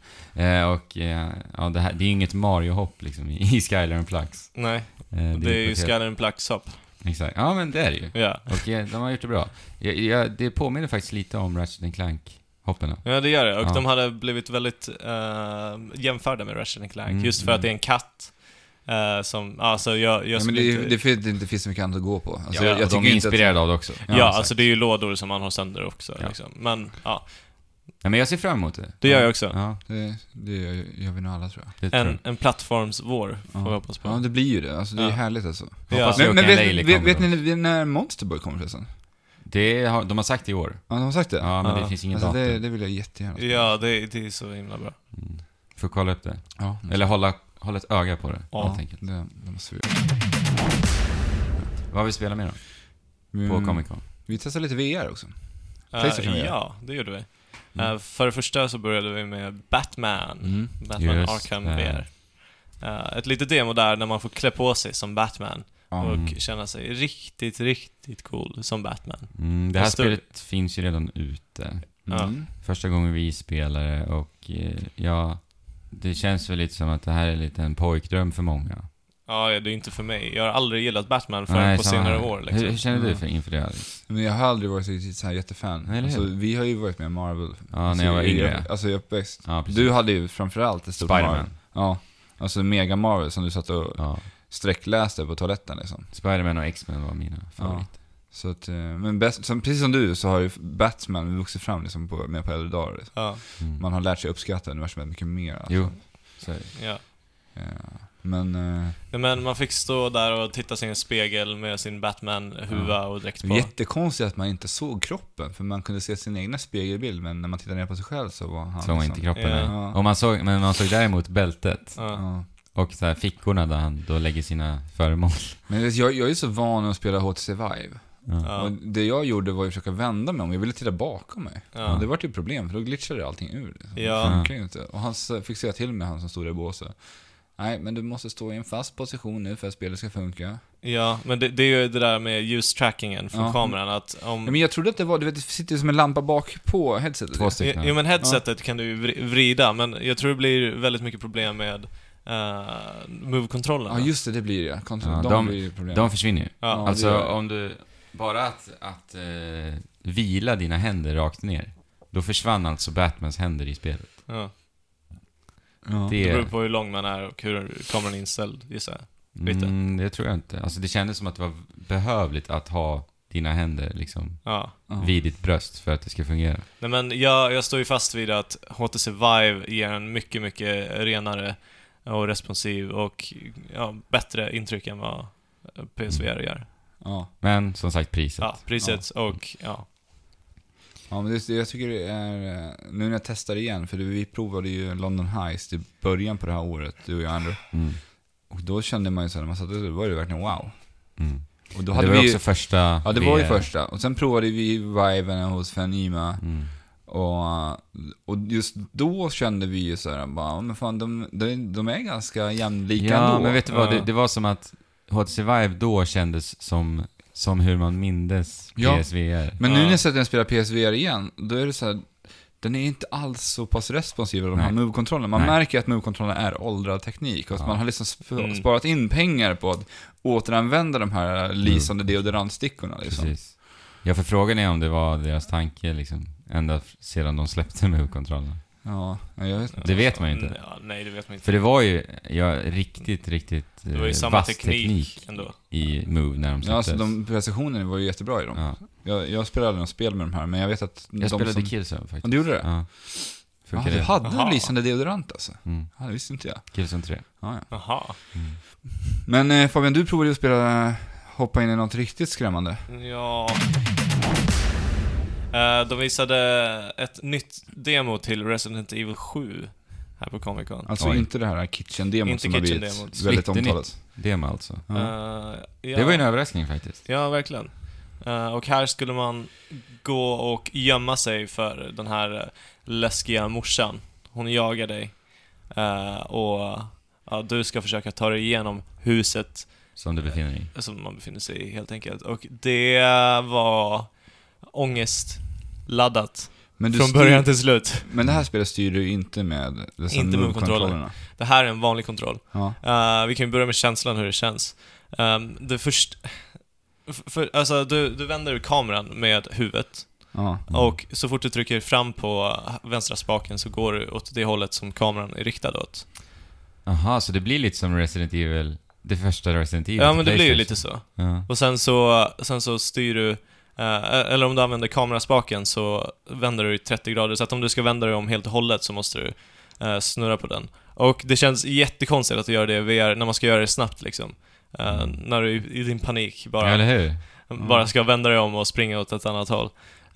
Ja, det är ju inget Mario-hopp liksom i Skylar and Plugs. Nej, Det det är på ju ett helt- Skylar and Plugs hopp. Exakt. Ja, men det är det ju. Ja. Och de har gjort det bra. Det påminner faktiskt lite om Ratchet & Clank-hopparna. Ja, det gör det. Och Ja. de hade blivit väldigt jämförda med Ratchet & Clank. Mm, Just för att det är en katt som... Alltså, jag Ja, men skulle det, inte... det, det inte finns så mycket annat att gå på. Alltså, Ja, jag och de tycker är inte att- inspirerade av det också. Ja, exakt. alltså det är ju lådor som man har sönder också. Ja. Liksom. Men, ja. Ja, men jag ser fram emot det. Det gör jag också. Ja, Det gör vi nog alla, tror jag. det tror jag. En plattformsvår, får vi hoppas på. Ja, det blir ju det. Alltså, det är Ja. härligt alltså. Ja. Hoppas Men, men vet, vet ni när Monster Boy kommer förresten? De har sagt i år. Ja, de har sagt det? Ja, men Ja. det finns ingen Alltså, datum. det vill jag jättegärna spela. Ja, det är så himla bra. Får kolla upp det. Ja, Eller hålla ett öga på det, Ja. helt enkelt. det måste vi Vad har vi spelat med då? På Mm. Comic Con? Vi testar lite VR också. PlayStation VR. Ja, det gjorde vi. För det första så började vi med Batman. Batman Just Arkham det. VR. Ett litet demo där när man får klä på sig som Batman Ja. och känna sig riktigt, riktigt cool som Batman. Det här Och större. spelet finns ju redan ute. Ja. Mm. Första gången vi spelade och ja, det känns väl lite som att det här är lite en pojkdröm för många. Ja, det är inte för mig. Jag har aldrig gillat Batman förrän på senare år. Liksom. Hur känner du inför det, Alex? Men jag har aldrig varit riktigt så här jättefan. Alltså, vi har ju varit med Marvel. Ja, när jag var yngre. Alltså jag uppväxt. Ja, du hade ju framförallt ett stort Spider-Man. Marvel. Ja, alltså mega Marvel som du satt och sträckläste på toaletten liksom. Spider-Man och X-Men var mina favoriter. Ja. Så att, men precis som du så har ju Batman vuxit fram liksom med på äldre dagar. Liksom. Ja. Man har lärt sig uppskatta universumet mycket mer. Alltså. Jo, så är det. Ja. Men man fick stå där och titta sig i en spegel med sin Batman-huva och dräkt det på. var jättekonstigt att man inte såg kroppen, för man kunde se sin egna spegelbild, men när man tittade ner på sig själv så var han så var liksom, inte kroppen. Ja. Och man såg däremot bältet. Ja. Och så här fickorna där han då lägger sina föremål. Men jag är så van att spela HTC Vive. Ja. Och det jag gjorde var att försöka vända mig om. Jag ville titta bakom mig. Ja. Och det var ju problem, för då glitchade allting ur. Ja. Det funkar ju inte. Och han fick säga till mig, han som stod i båset. Nej, men du måste stå i en fast position nu för att spelet ska funka. Ja, men det är ju det där med ljus-trackingen från kameran. Att om... Men jag trodde att det var, du vet, det sitter som en lampa bak på headsetet. 2 stycken. Jo, men headsetet kan du ju vrida, men jag tror det blir väldigt mycket problem med move-kontrollen. Ja, just det blir det. De blir problem. De försvinner ju. Ja, alltså om du bara att vila dina händer rakt ner, då försvann alltså Batmans händer i spelet. Ja. Ja. Det beror på hur lång man är och hur kameran är inställd, gissar jag. Lite. Det tror jag inte. Alltså det kändes som att det var behövligt att ha dina händer liksom vid ditt bröst för att det ska fungera. Nej, men jag står ju fast vid att HTC Vive ger en mycket, mycket renare och responsiv och bättre intryck än vad PSVR gör. Ja. Men som sagt priset. Ja, priset och Ja, men jag tycker det är... Nu när jag testar igen, för vi provade ju London Heist i början på det här året, du och jag, Andrew. Och då kände man ju så här, när man satt där, då var det verkligen wow. Och då hade det var vi också första. Ja, det var ju första. Och sen provade vi Viven hos Fanima. Och just då kände vi ju så här, bara, men fan, de är ganska jämlika ändå. Ja, men vet du vad, det var som att HTC Vive då kändes som hur man mindes PSVR. Men nu när jag sätter den spela PSVR igen, då är det så här, den är inte alls så pass responsiv av de här move-kontrollerna. Man märker att move-kontrollerna är åldrad teknik. Och man har liksom sparat in pengar på att återanvända de här lysande deodorantstickorna. Liksom. Precis. Ja, för frågan är om det var deras tanke liksom, ända sedan de släppte move-kontrollerna. Ja, jag vet inte. Det vet man ju inte. Ja, nej, det vet man inte. För det var ju riktigt det var ju samma teknik ändå i Move när de släpptes. Ja, alltså prestationerna var ju jättebra i dem. Ja. Jag spelade aldrig något spel med de här, men jag vet att jag spelade Killzone faktiskt. Du gjorde det? Ja. Du hade en lysande deodorant alltså. Ja, det visste inte jag. Killzone 3. Jaha. Men Fabian, du provade ju att hoppa in i något riktigt skrämmande. Ja. De visade ett nytt demo till Resident Evil 7 här på Comic Con. Alltså inte det här Kitchen-demot som har blivit väldigt omtalat. Demo alltså. Ja. Det var ju en överraskning faktiskt. Ja, verkligen. Och här skulle man gå och gömma sig för den här läskiga morsan. Hon jagar dig. Och du ska försöka ta dig igenom huset som du befinner dig i. Som man befinner sig i, helt enkelt. Och det var ångestladdat från början till slut. Men det här spelet styr du inte med inte med kontrollerna. Det här är en vanlig kontroll. Vi kan börja med känslan hur det känns. Alltså du vänder kameran med huvudet. Och så fort du trycker fram på vänstra spaken så går du åt det hållet som kameran är riktad åt. Aha, så det blir lite som Resident Evil, det första Resident Evil. Ja, men det blir ju lite så. Och sen så styr du, eller om du använder kameraspaken så vänder du i 30 grader. Så att om du ska vända dig om helt och hållet så måste du snurra på den. Och det känns jättekonstigt att göra det i VR när man ska göra det snabbt liksom. När du i din panik bara ska vända dig om och springa åt ett annat håll.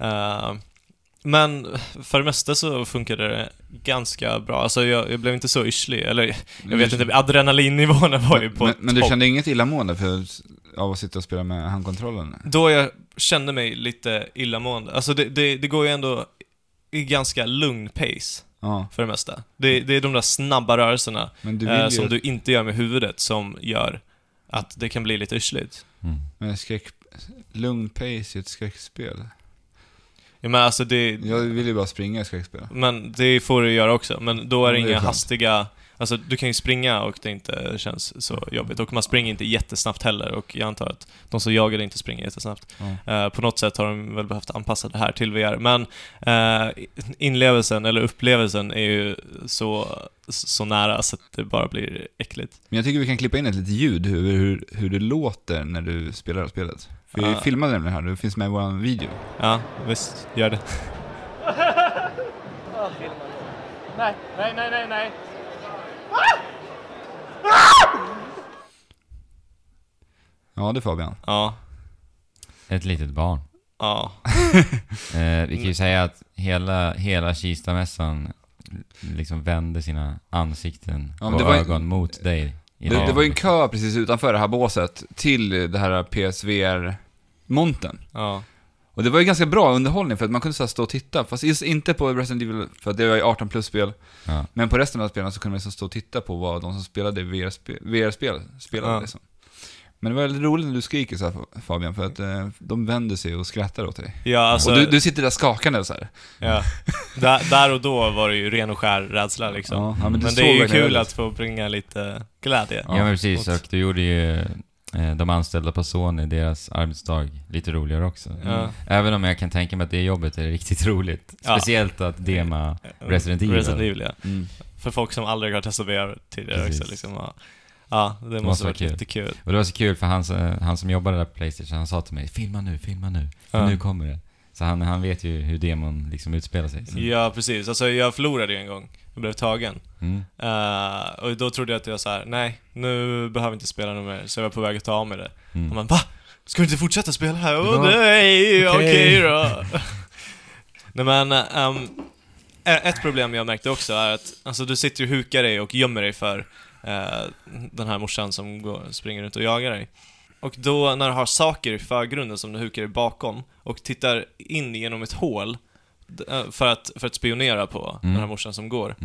Men för det mesta så funkade det ganska bra. Alltså jag blev inte så yrslig. Eller jag vet inte, adrenalinnivåerna var ju på men du kände inget illamående av att sitta och spela med handkontrollen? Då jag kände mig lite illamående. Alltså det går ju ändå i ganska lugn pace. För det mesta. Det är de där snabba rörelserna som du inte gör med huvudet som gör att det kan bli lite yrsligt. Men lugn pace i ett skräckspel. Ja, men alltså jag vill ju bara springa i skräckspel. Men det får du göra också. Men då är det inga hastiga Alltså du kan ju springa och det inte känns så jobbigt. Och man springer inte jättesnabbt heller. Och jag antar att de som jagar inte springer jättesnabbt. På något sätt har de väl behövt anpassa det här till VR. Men inlevelsen eller upplevelsen är ju så nära så att det bara blir äckligt. Men jag tycker vi kan klippa in ett litet ljud hur det låter när du spelar det spelet. För vi filmade nämligen här, det finns med i vår video. Ja, visst, gör det. Nej. Ja, det är Fabian. Ja. Ett litet barn. Ja. Vi kan ju säga att hela Kista-mässan liksom vände sina ansikten och ögon mot dig. Det var ju en kö precis utanför det här båset till det här PSVR-monten. Ja. Och det var ju ganska bra underhållning för att man kunde så stå och titta. Fast just inte på Resident Evil, för att det var ju 18+-spel. Ja. Men på resten av spelen så kunde man så stå och titta på vad de som spelade VR-spel spelade. Ja. Liksom. Men det var väldigt roligt när du skriker så här, Fabian, för att de vänder sig och skrattar åt dig. Ja, alltså, och du sitter där skakande och så här. Ja. Där och då var det ju ren och skär rädsla liksom. Ja, men det är ju kul att få bringa lite glädje. Ja, men precis. Och du gjorde ju de anställda på Sony, deras arbetsdag, lite roligare också. Ja. Även om jag kan tänka mig att det jobbet är riktigt roligt. Speciellt att dema Resident Evil. Ja. För folk som aldrig har testat VR tidigare också liksom. Ja, det måste vara jättekul. Och det var så kul för han som jobbade där på PlayStation, han sa till mig, filma nu, för nu kommer det. Så han vet ju hur demon liksom utspelar sig. Så. Ja, precis. Alltså jag förlorade ju en gång. Jag blev tagen. Och då trodde jag att jag så här: nej, nu behöver jag inte spela något mer. Så jag var på väg att ta av mig det. Och man, va? Ska du inte fortsätta spela här? Nej, okej då. Nej, men ett problem jag märkte också är att alltså, du sitter och hukar dig och gömmer dig för den här morsan som springer runt och jagar dig. Och då när du har saker i förgrunden som du hukar dig bakom och tittar in genom ett hål för att spionera på den här morsan som går,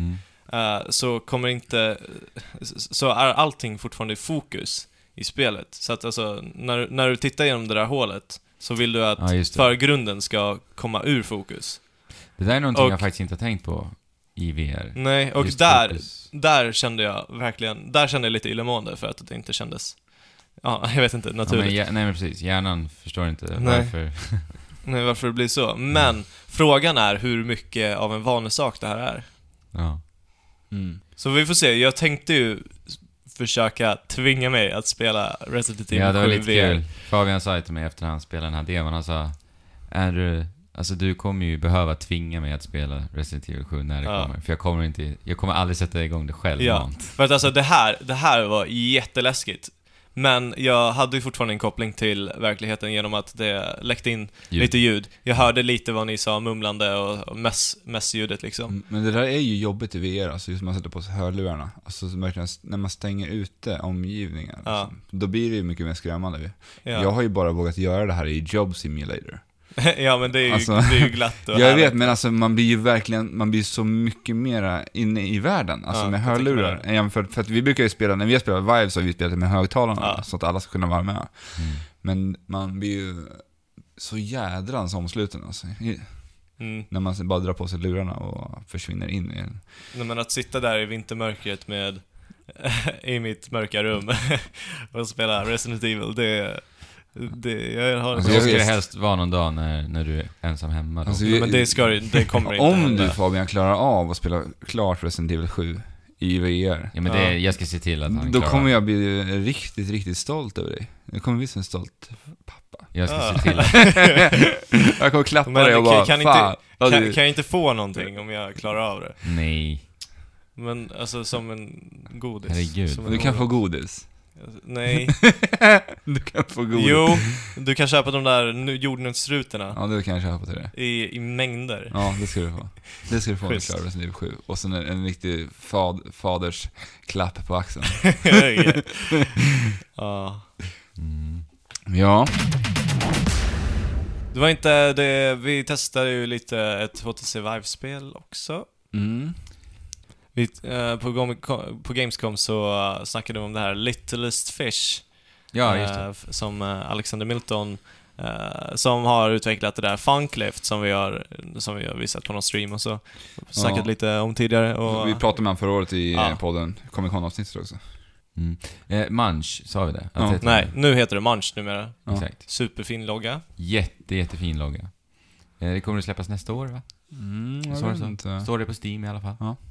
så är allting fortfarande i fokus i spelet. Så att alltså, när du tittar genom det där hålet så vill du att förgrunden ska komma ur fokus. Det där är någonting jag faktiskt inte har tänkt på i VR. Nej, och där kände jag verkligen, lite illamående för att det inte kändes, jag vet inte, naturligt. Nej, men precis, hjärnan förstår inte varför. Nej, varför det blir så. Men frågan är hur mycket av en vanesak det här är. Ja. Så vi får se, jag tänkte ju försöka tvinga mig att spela Resident Evil 7 VR. Ja, det var lite kul. Fabian sa till mig efter han spelade den här demon, han sa, alltså du kommer ju behöva tvinga mig att spela Resident Evil 7 när det kommer. För jag kommer aldrig sätta igång det själv. Ja, för att alltså det här var jätteläskigt. Men jag hade ju fortfarande en koppling till verkligheten genom att det läckte in lite ljud. Jag hörde lite vad ni sa, mumlande och mässljudet liksom. Men det där är ju jobbigt i VR, alltså just när man sätter på sig hörlurarna. Alltså när man stänger ute omgivningen. Alltså, då blir det ju mycket mer skrämmande. Ja. Jag har ju bara vågat göra det här i Job Simulator. Ja, men det är ju, alltså, det är ju glatt och jag vet, men alltså man blir ju verkligen, man blir så mycket mera inne i världen, alltså med hörlurar. För att vi brukar ju spela, när vi har spelat Vive så har vi spelat med högtalarna så att alla ska kunna vara med. Men man blir ju så jädrans omsluten alltså. När man bara drar på sig lurarna och försvinner in i en. Nej, men att sitta där i vintermörkret i mitt mörka rum och spela Resident Evil, jag ska det helst vara någon dag när du är ensam hemma. Alltså, men det kommer inte om hända. du, Fabian, klarar av att spela klart Resident Evil 7 i VR. Ja, men jag ska se till att han då kommer jag bli riktigt, riktigt stolt över dig. Jag kommer bli en stolt pappa. Jag ska se till jag kommer klappa dig och bara, kan jag inte få någonting om jag klarar av det? Nej. Men alltså som en godis. Herregud. Du kan få godis. Nej. Du kan få godis. Jo, du kan köpa de där jordnötsrutorna. Ja, det kan jag köpa till det. I mängder. Ja, det ska du få. Det ska du få med Resident Evil 7. Och sen en riktig faders klapp på axeln. Ja. Det var inte det. Vi testade ju lite ett HTC Vive-spel också. På Gamescom så snackade vi om det här Littlest Fish. Ja, just det. Som Alexander Milton som har utvecklat det där Funklift som vi har visat på någon stream och så snackat lite om tidigare. Och, vi pratade med honom förra året i podden, Comic Con-avsnittet också. Munch, sa vi det? Nej, nu heter det Munch numera. Exakt. Superfin logga. Jättefin logga. Det kommer att släppas nästa år, va? Står det på Steam i alla fall. Ja.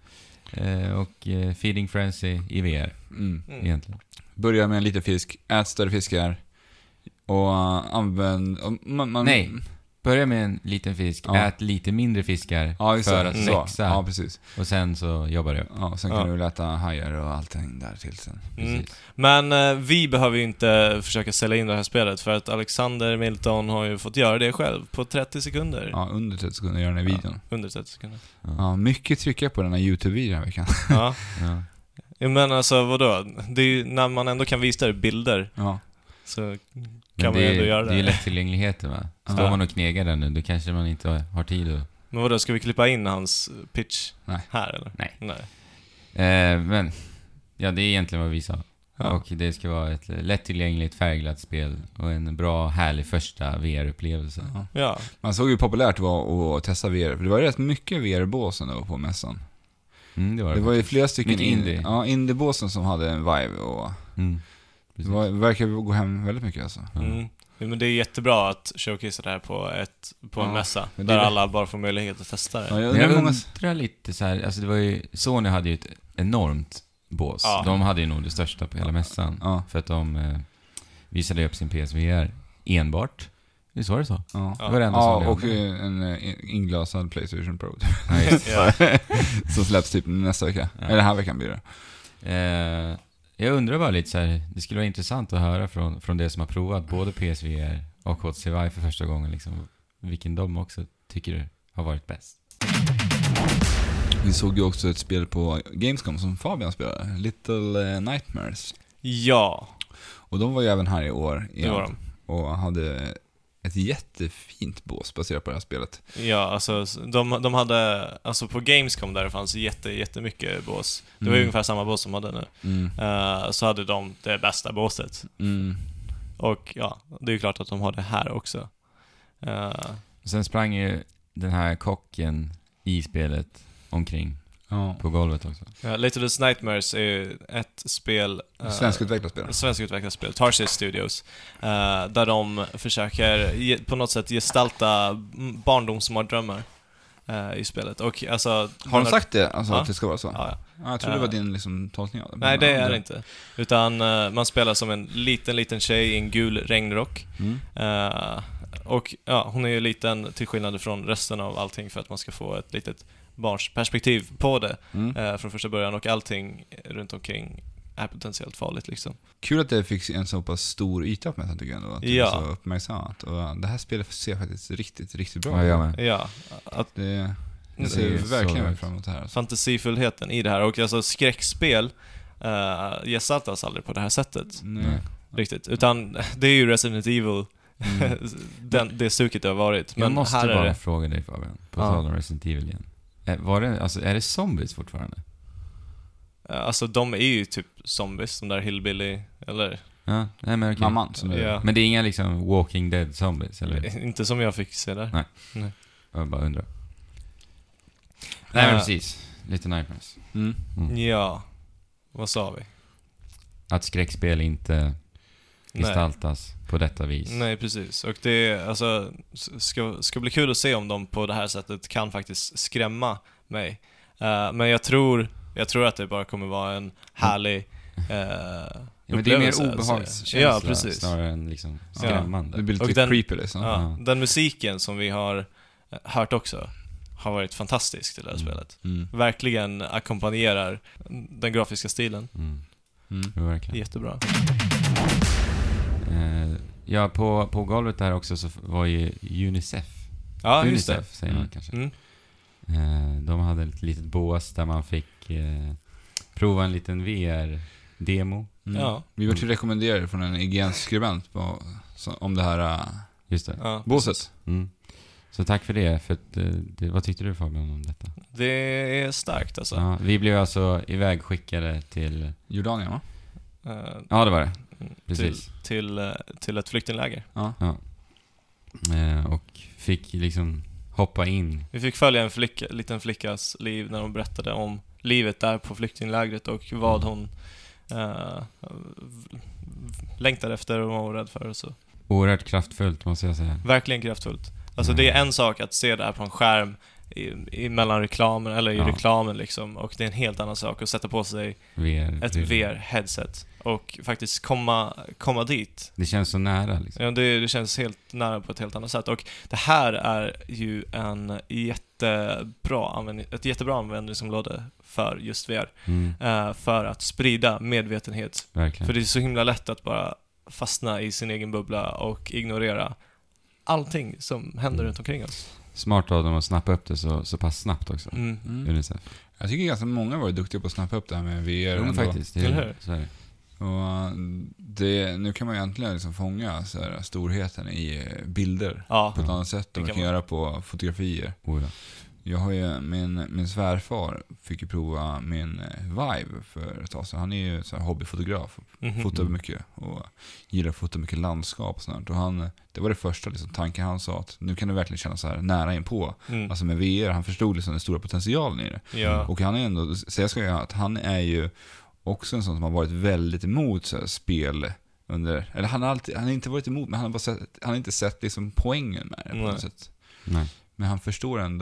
Och Feeding Frenzy i VR egentligen. Börja med en liten fisk, ät större fiskar och använd... Nej, börja med en liten fisk, ät lite mindre fiskar för att växa. Ja, precis. Och sen så jobbar du. Ja, sen kan du äta hajar och allting där till sen. Men vi behöver ju inte försöka sälja in det här spelet för att Alexander Milton har ju fått göra det själv på 30 sekunder. Ja, under 30 sekunder gör den här videon. Under 30 sekunder. Ja, mycket trycka på den här YouTube-videon här veckan. Ja. Men alltså vadå? Det är ju när man ändå kan visa bilder. Ja. Så kan man ju ändå göra det. Det är ju lättillgängligheten, va? Står man och knegar den nu, då kanske man inte har tid att... Men vadå, ska vi klippa in hans pitch här eller? Nej. Men, ja, det är egentligen vad vi sa. Ja. Och det ska vara ett lättillgängligt färgglatt spel och en bra, härlig första VR-upplevelse. Ja. Man såg ju populärt var att testa VR, för det var rätt mycket VR-båsen då på mässan. Det var ju flera stycken indie-båsen som hade en vibe och det verkar gå hem väldigt mycket alltså. Ja, men det är jättebra att showcase det här på en mässa där alla bara får möjlighet att testa det. Ja, jag undrar lite så här, alltså det var ju Sony hade ju ett enormt bås. Ja. De hade ju nog det största på hela mässan för att de visade upp sin PSVR enbart. Det så det så. Ja, det var det enda och en inglasad PlayStation Pro. Som släpps typ nästa vecka. Eller den här veckan blir det. Jag undrar bara lite så här, det skulle vara intressant att höra från det som har provat både PSVR och HTC Vive för första gången liksom, vilken de också tycker har varit bäst. Vi såg ju också ett spel på Gamescom som Fabian spelade, Little Nightmares. Ja. Och de var ju även här i år igen. Det var de. Och hade ett jättefint bås baserat på det här spelet. Ja, alltså de hade, alltså på Gamescom där det fanns jättemycket bås. Det var ju ungefär samma bås som hade nu. Så hade de det bästa båset. Och ja, det är ju klart att de har det här också. Sen sprang ju den här kocken i spelet omkring på golvet också. Little Nightmares är ju ett spel... Svenskutvecklat spel. Tarsius Studios. Där de försöker på något sätt gestalta barndomsmardrömmar i spelet. Och, alltså, har de sagt det? Alltså, att det ska vara så? Ja. Jag tror det var din liksom, tolkning av det. Nej, det är det inte. Utan man spelar som en liten tjej i en gul regnrock. Och ja, hon är ju liten till skillnad från resten av allting för att man ska få ett litet barns perspektiv på det från första början, och allting runt omkring är potentiellt farligt liksom. Kul att det fick en så pass stor yta på mig, tycker jag ändå, att det är så uppmärksammat. Och det här spelet ser faktiskt riktigt bra ut. Ja, att det ser verkligen fram emot det här. Alltså. Fantasifullheten i det här, och alltså skräckspel gestaltas aldrig på det här sättet. Nej. Riktigt, utan det är ju Resident Evil. Det stuket det har varit. Men jag måste här bara fråga dig, Fabian, på tal om Resident Evil igen. Är det zombies fortfarande? Alltså de är ju typ zombies, de där hillbilly, eller... Ja, nej, men okej. Mamman som är... Men det är inga liksom Walking Dead zombies, eller? Inte som jag fick se där. Nej. Jag bara undrar. Nej, men precis. Little Nightmares. Ja. Vad sa vi? Att skräckspel inte gestaltas på detta vis. Nej, precis. Och det alltså, ska bli kul att se om de på det här sättet kan faktiskt skrämma mig. Men jag tror att det bara kommer vara en härlig men det är mer obehagskänsla snarare än liksom skrämmande. Det blir lite creepy liksom. Den musiken som vi har hört också har varit fantastisk till det här spelet. Verkligen ackompanjerar den grafiska stilen. Verkligen. Jättebra. Ja, på golvet där också så var ju Unicef. Ja, Unicef säger man kanske. De hade ett litet bås där man fick prova en liten VR-demo. Ja. Vi var till rekommenderade från en IGN-skribent om det här båset. Så tack för det. För att, vad tyckte du, Fabian, om detta? Det är starkt alltså. Ja, vi blev alltså ivägskickade till Jordanien, va? Ja, det var det. Precis. till ett flyktingläger. Ja. Och fick liksom hoppa in. Vi fick följa en liten flickas liv när hon berättade om livet där på flyktinglägret och vad hon längtade efter och var rädd för och så. Oerhört kraftfullt, måste jag säga. Verkligen kraftfullt. Alltså det är en sak att se det här på en skärm mellan reklamen eller i reklamen liksom, och det är en helt annan sak att sätta på sig ett VR-headset och faktiskt komma dit. Det känns så nära liksom. Ja, det känns helt nära på ett helt annat sätt, och det här är ju ett jättebra användningsområde för just VR, för att sprida medvetenhet. Verkligen. För det är så himla lätt att bara fastna i sin egen bubbla och ignorera allting som händer runt omkring oss. Smart av dem att snappa upp det så pass snabbt också. UNICEF. Jag tycker ganska många har varit duktiga på att snappa upp det här med VR. Jo, faktiskt. Det är så är det. Och nu kan man ju egentligen liksom fånga så här, storheten i bilder på ett annat sätt än man kan göra på fotografier. Jag har ju min svärfar fick ju prova min Vive för ett tag sedan. Han är ju så här hobbyfotograf och fotar mycket och gillar att fota mycket landskap och sånt. Och det var det första liksom, tanken han sa, att nu kan du verkligen känna så här nära inpå. Alltså med VR, han förstod liksom den stora potentialen i det. Ja. Och han är ändå, så jag ska säga att han är ju också en sån som har varit väldigt emot så här, spel under, eller han har inte varit emot, men han har inte sett liksom poängen med det på något sätt. Nej. Men han förstår ändå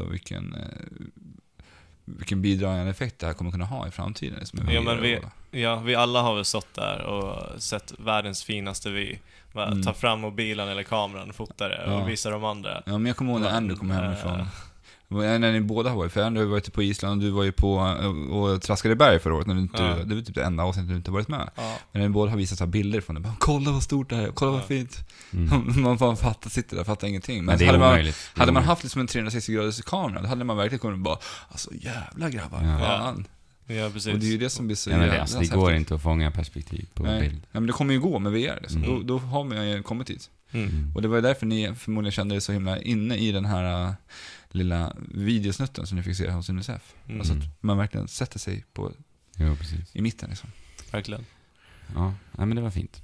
vilken bidragande effekt det här kommer kunna ha i framtiden. Vi alla har väl stått där och sett världens finaste ta fram mobilen eller kameran, fotare och visa de andra. Ja, men jag kommer ihåg när Andrew kom hemifrån. När ni båda har varit, för Andrew har varit på Island och du var ju på och traskade berg förra året. Det var typ det enda avsnittet du inte varit med. Men när ni båda har visat så bilder från det. Bara, kolla vad stort det här är, kolla vad fint. Man får sitter där och fattar ingenting. Men det är hade man haft liksom en 360-graders kamera, då hade man verkligen kunnat bara, alltså jävla grabbar. Ja, precis. Och det är ju det som blir så det går inte att fånga perspektiv på bild. Nej, men det kommer ju gå med VR liksom. Då har man ju kommit hit. Och det var därför ni förmodligen kände er så himla inne i den här lilla videosnutten som ni fick se hos UNICEF. Alltså att man verkligen sätter sig på i mitten liksom. Verkligen. Ja, men det var fint.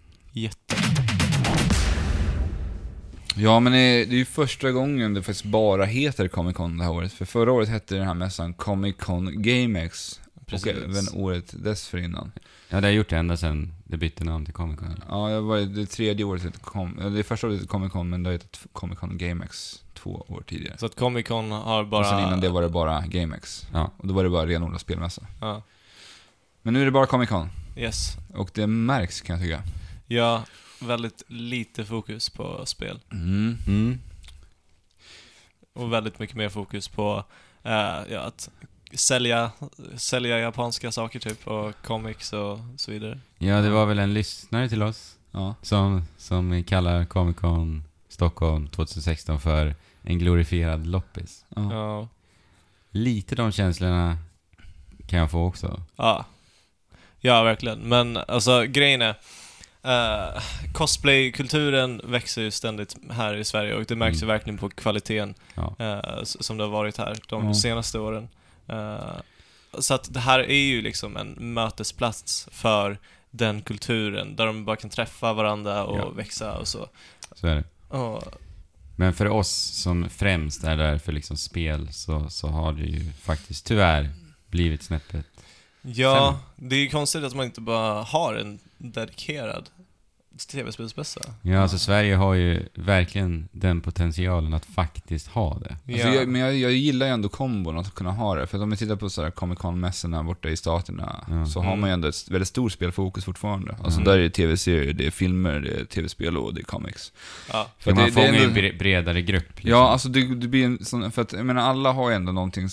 Ja, men det är ju första gången det faktiskt bara heter Comic Con det här året. För förra året hette den här mässan Comic Con GameX. Och även året dessförinnan. Ja, det har gjort det ända sedan det bytte namn till Comic Con. Ja, det tredje året det första året Comic Con, men det har hetat Comic Con GameX 2 år tidigare. Så att Comic Con har bara... Och sen innan det var det bara GameX. Ja. Och då var det bara renodlad spelmässa. Ja. Men nu är det bara Comic Con. Yes. Och det märks, kan jag tycka. Ja, väldigt lite fokus på spel. Och väldigt mycket mer fokus på att sälja japanska saker typ, och comics och så vidare. Ja, det var väl en lyssnare till oss som kallar Comic Con Stockholm 2016 för en glorifierad loppis. Ja. Lite de känslorna kan jag få också. Ja, verkligen. Men alltså grejen är cosplay-kulturen växer ju ständigt här i Sverige, och det märks ju verkligen på kvaliteten som det har varit här de senaste åren. Så att det här är ju liksom en mötesplats för den kulturen, där de bara kan träffa varandra och växa och så. Så är det. Men för oss som främst är där för liksom spel, så har det ju faktiskt tyvärr blivit snäppet. Ja, det är ju konstigt att man inte bara har en dedikerad tv-spelsmässa. Ja, alltså Sverige har ju verkligen den potentialen att faktiskt ha det. Alltså jag gillar ju ändå kombon att kunna ha det. För om vi tittar på så här Comic Con-mässorna borta i staterna, så har man ju ändå ett väldigt stort spelfokus fortfarande. Alltså där är det tv-serier, det är filmer, det är tv-spel och det är comics. För man fångar ju en bredare grupp liksom. Ja, alltså det blir en sån, för att jag menar, alla har ju ändå någonting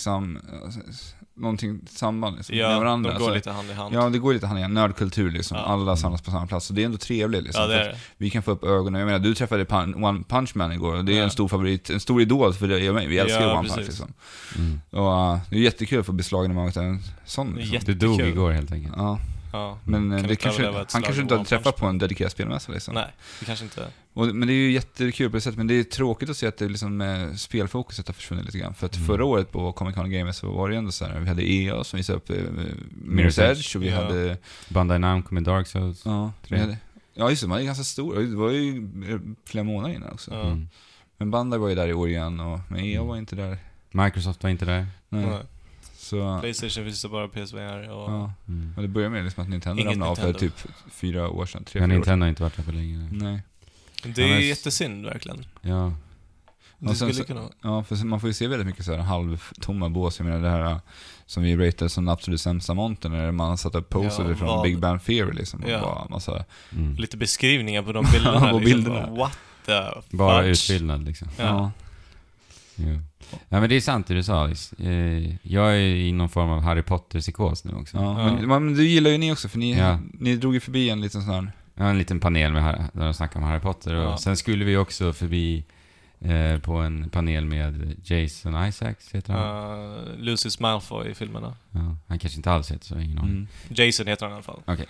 samband liksom, med varandra. De går lite hand i hand. Ja, det går lite hand i hand. Nördkultur liksom. Alla samlas på samma plats. Så det är ändå trevligt liksom. Ja, det är det. Vi kan få upp ögonen. Jag menar, du träffade One Punch Man igår. Och det är en stor favorit, en stor idol för dig och mig. Vi älskar One Punch liksom. Och det är jättekul att få beslagen i magen en sån liksom. Du dog igår helt enkelt. Ja. Men Kan det inte kanske, överleva ett han slag kanske av inte hade One träffat Punch på en dedikerad spelmässa liksom. Nej, det kanske inte. Men det är ju jättekul på det sättet, men det är tråkigt att se att det liksom, spelfokuset har försvunnit lite grann. För att förra året på Comic Con Games så var det ändå så här, vi hade EA som visade upp Mirror's Edge och vi hade Bandai Namco med Dark Souls. Ja, vi hade, ja just det, man är ganska stor. Det var ju flera månader innan också. Mm. Men Bandai var ju där i år igen och men EA var inte där. Microsoft var inte där. Nej. Nej. Så PlayStation finns det bara PSVR och... ja. Mm. Och det började med liksom att Nintendo Inget ramlade av för Nintendo. typ 4 år sedan, 3-4 Men år sedan. Nintendo har inte varit där på länge. Nej. Det är Ja, men- jättesynd verkligen. Ja. Det Och sen skulle så- kunna... Ja, för man får ju se väldigt mycket så här halvtomma bås. Jag menar det här som vi ratade som den absolut sämsta montern, när man har satt upp poster Ja, från vad- Big Bang Theory liksom. Och Ja. bara massa, Mm. Lite beskrivningar på de bilderna. På liksom. bilderna. What the Bara fudge? utfyllnad liksom. Ja. Jo. Ja, men det är sant det du sa, Alice. Jag är i någon form av Harry Potter-psykos nu också. ja. Ja. Men du gillar ju ni också, för ni, Ja. ni drog ju förbi en liten sån här. Jag har en liten panel med där de snackar om Harry Potter. Och Ja. sen skulle vi också förbi på en panel med Jason Isaacs, heter han. Lucius Malfoy i filmerna. Ja, han kanske inte alls heter så, ingen aning. Mm. Jason heter han i alla fall. Okej.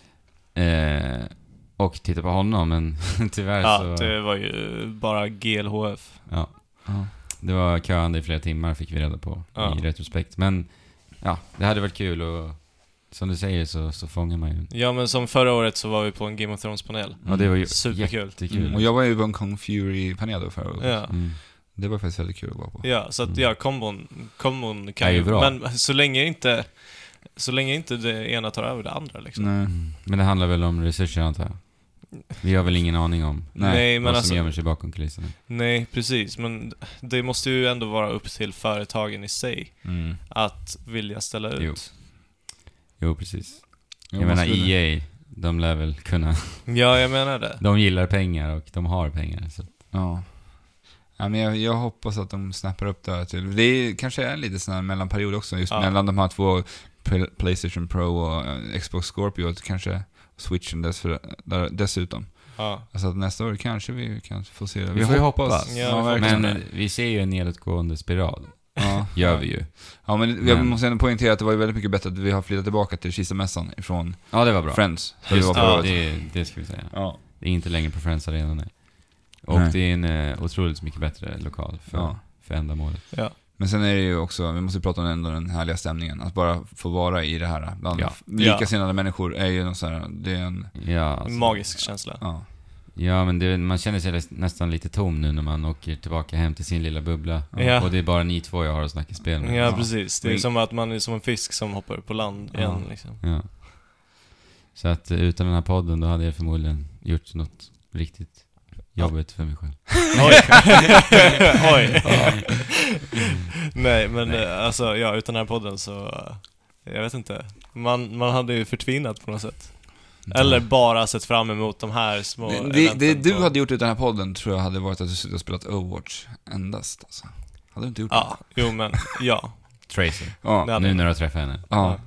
Och titta på honom, men tyvärr Ja, så... det var ju bara GLHF. Ja, Ja. det var köande i flera timmar, fick vi reda på Ja. i retrospekt. Men ja, det hade varit kul och som du säger så fångar man ju. Ja, men som förra året så var vi på en Game of Thrones-panel. Ja, det var ju Superkul. jättekul. Och jag var ju på en Kong Fury-panel då förra året. Ja. Mm. Det var faktiskt väldigt kul att vara på. Ja, så att ja, kombon kan Är ju ju... bra. Men så länge inte det ena tar över det andra liksom. Nej. Mm. Men det handlar väl om resurser, antar jag. Vi har väl ingen aning om Nej, men vad som alltså... gömmer sig bakom kulisserna. Nej, precis. Men det måste ju ändå vara upp till företagen i sig Mm. att vilja ställa ut. Jo, precis. Jo, Jag man menar, skulle- EA, de lär väl kunna... Ja, jag menar det. De gillar pengar och de har pengar. Så. Ja. Ja, men jag hoppas att de snappar upp det här till. Det är, kanske är en lite sån här mellanperiod också, just Ja. mellan de här två PlayStation Pro och Xbox Scorpio, och kanske Switchen dessutom. Ja. Alltså att nästa år kanske vi kan få se det. Vi får ju hoppas. Ja, verkligen. Men vi ser ju en nedåtgående spiral. Ja. Gör vi ju. Ja, men jag Men- måste ändå poängtera att det var ju väldigt mycket bättre att vi har flyttat tillbaka till Kista-mässan ifrån Ja, det var bra. Friends. Där vi Just var det, förra ja, året. det ska vi säga. Ja. Det är inte längre på Friends Arena, nej. Och Nej. det är en otroligt mycket bättre lokal Ja. för ändamålet. Ja. Men sen är det ju också, vi måste prata om ändå den härliga stämningen. Att bara få vara i det här bland Ja. likasinnade människor är ju något så här, det är en... Ja, alltså, Magisk känsla. Ja. ja, men man känner sig nästan lite tom nu när man åker tillbaka hem till sin lilla bubbla. Ja. Och det är bara ni två jag har att snacka spel med. Ja, Ja. precis. Det är Men- som att man är som en fisk som hoppar på land igen liksom. Ja. Så att utan den här podden då hade jag förmodligen gjort något riktigt jobbigt för mig själv. Oj. Oj. Nej, men alltså, ja, utan den här podden så... jag vet inte. Man hade ju förtvinat på något sätt. Eller bara sett fram emot de här små Det eventen du på- hade gjort utan den här podden tror jag hade varit att du suttit och spelat Overwatch endast alltså. Hade du inte gjort Ja, jo men, ja. Tracer. det? Ja. Ja. Nu när du har träffat henne. Ja.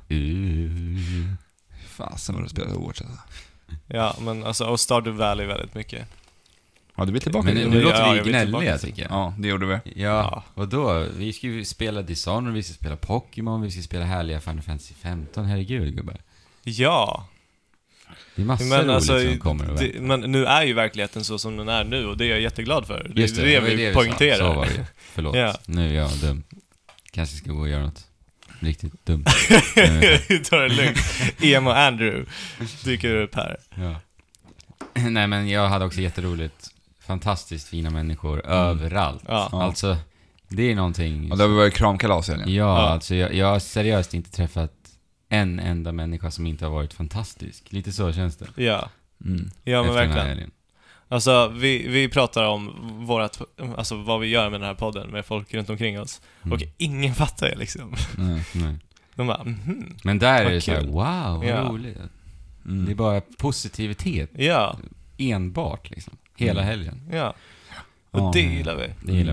Ja. Fasen vad du spelat Overwatch alltså. Ja, men alltså, och Stardew Valley väldigt mycket. Ja, du blir tillbaka Men till nu det. Ja, låter jag vi vill gnälliga tillbaka. tycker jag. Ja, det gjorde vi. Ja, och då? Vi ska ju spela Dishonored, vi ska spela Pokémon, vi ska spela härliga Final Fantasy 15. Herregud, gubbar. Ja, Det är massor men roligt alltså, som kommer och men nu är ju verkligen så som den är nu och det är jag jätteglad för. Just det, det var vi sa. poängterar. Så var det. Förlåt. Ja. Nu är jag dum. Kanske ska gå och göra något riktigt dumt. Ta det lugnt. Ian och Andrew dyker upp här. Ja. Nej, men jag hade också jätteroligt. Fantastiskt fina människor överallt. Ja. Alltså, det är någonting... Och det har varit kramkalas igen. Ja, alltså jag har seriöst inte träffat en enda människa som inte har varit fantastisk. Lite så känns det. Ja, Mm. ja men efter den här verkligen. helgen. Alltså, vi pratar om alltså vad vi gör med den här podden med folk runt omkring oss. Mm. Och ingen fattar det liksom. Nej. Nej. De bara, mhm. Men där är Vad det så här, kul. wow, vad Ja. roligt. Mm. Det är bara positivitet, Ja, enbart liksom. Hela helgen. ja. Och Ja. det gillar vi. Det gillar vi.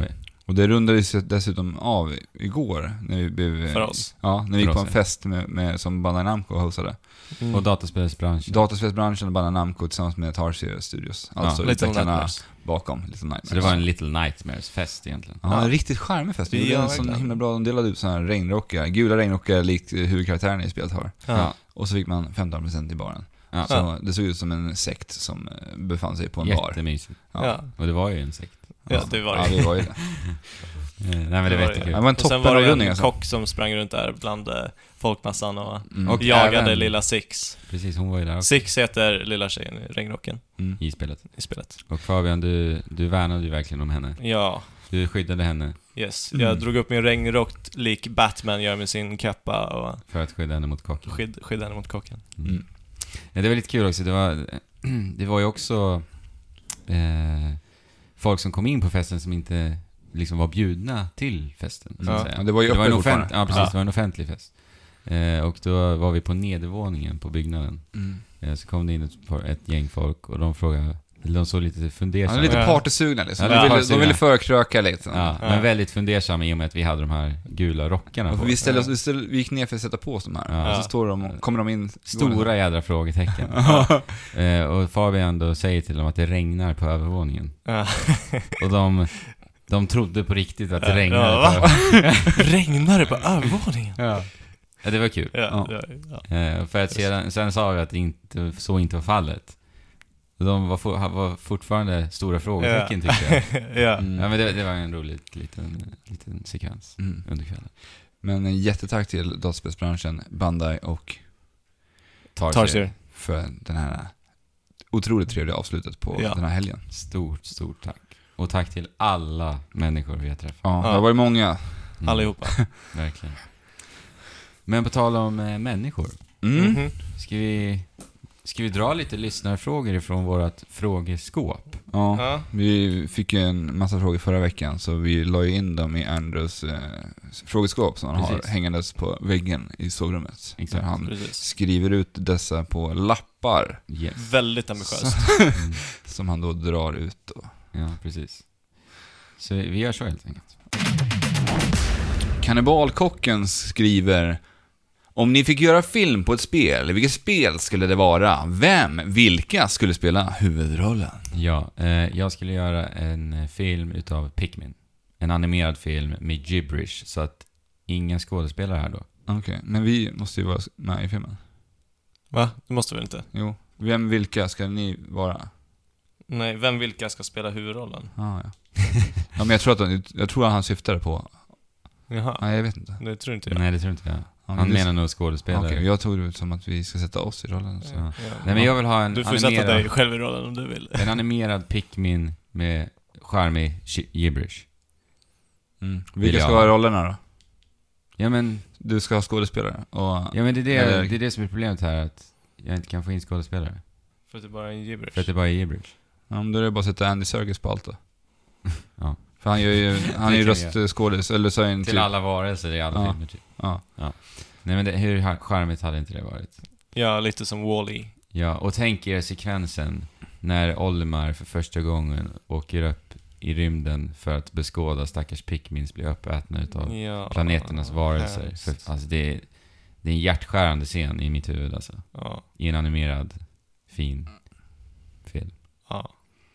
Och det rundades dessutom av igår när vi blev... För oss. Ja, när vi gick på en fest med som Bandai Namco hostade. Och dataspelsbranschen. Dataspelsbranschen och Bandai Namco tillsammans med Tarsier Studios. Alltså utvecklarna bakom Little Nightmares. Så det var en Little Nightmares-fest egentligen. Ja, en riktigt charmig fest. Det var en sån himla bra. De delade ut såna här regnrockar, gula regnrockar likt huvudkaraktären i spelet har. Ja. Och så fick man 15% i baren. Ja. Så det såg ut som en sekt som befann sig på en bar. Jättemysigt. Ja. Och det var ju en sekt. Ja, det var det. Ja, det var ju det. Nej, men det var jättekul. Ja, och sen var det en kock som sprang runt där bland folkmassan och jagade även lilla Six. Precis, hon var ju där också. Six heter lilla tjejen i regnrocken. I spelet. Och Fabian, du värnade ju verkligen om henne. Ja. Du skyddade henne. Yes, jag drog upp min regnrock lik Batman gör med sin kappa. Och för att skydda henne mot kocken. Skydda henne mot kocken. Ja, det var lite kul också. Det var ju också folk som kom in på festen som inte liksom var bjudna till festen. Så att säga. Det var ju en det var en offentlig fest. Och då var vi på nedervåningen på byggnaden. Så kom det in ett gäng folk och de frågade, de såg lite fundersamma. Lite partysugna liksom. De ville förkröka lite. Men väldigt fundersamma i och med att vi hade de här gula rockarna på. Vi gick ner för att sätta på oss de här. Och så kommer de in. Stora jädra frågetecken. Och Fabian då säger till dem att det regnar på övervåningen. Och de trodde på riktigt att det regnade. Regnar det på övervåningen? Ja, det var kul. För att sen sa vi att så inte var fallet. De var fortfarande stora frågetecken tycker jag. Men det var en rolig liten sekvens under kvällen. Men en jättetack till dataspelsbranschen, Bandai och Tarsier för den här otroligt trevliga avslutet på den här helgen. Stort tack. Och tack till alla människor vi har träffat. Ja, det var ju många. Allihopa. Verkligen. Men på tal om människor. Ska vi dra lite lyssnarfrågor ifrån vårat frågeskåp? Ja, vi fick ju en massa frågor förra veckan, så vi la ju in dem i Andrews frågeskåp som han har hängandes på väggen i sovrummet. Exakt. Där han skriver ut dessa på lappar. Yes. Väldigt ambitiöst. Som han då drar ut då. Ja, precis. Så vi gör så helt enkelt. Kannibalkocken skriver: om ni fick göra film på ett spel, vilket spel skulle det vara? Vilka skulle spela huvudrollen? Ja, jag skulle göra en film utav Pikmin. En animerad film med gibberish, så att ingen skådespelare här då. Okej, men vi måste ju vara med i filmen. Va? Det måste vi inte? Jo, vilka ska ni vara? Nej, vilka ska spela huvudrollen? Ja. Ja, men jag tror att han syftade på... Jaha. Nej, jag vet inte. Det tror inte jag. Nej, det tror inte jag. Han menar nog skådespelare. Okej, jag tog det ut som att vi ska sätta oss i rollen. Så. Ja. Nej, men jag vill ha en du får sätta dig själv i rollen om du vill. En animerad Pikmin med charmig gibberish. Vilka ska vara rollerna då? Ja, men... Du ska ha skådespelare. Ja, men det är det som är problemet här, att jag inte kan få in skådespelare. För att det bara är en gibberish. För att det bara är gibberish. Ja, men då är det bara att sätta Andy Serkis på allt då. Ja. För han är ju röstskådis, eller så är en till alla varelser i alla filmer typ. Ja. Nej, men hur charmigt hade inte det varit? Ja, lite som Wall-E. Ja, och tänk er sekvensen när Olimar för första gången åker upp i rymden för att beskåda stackars Pikmins bli uppätna utav planeternas varelser. För, alltså det är en hjärtskärande scen i mitt huvud alltså. Ja. I en animerad fin film. Ja.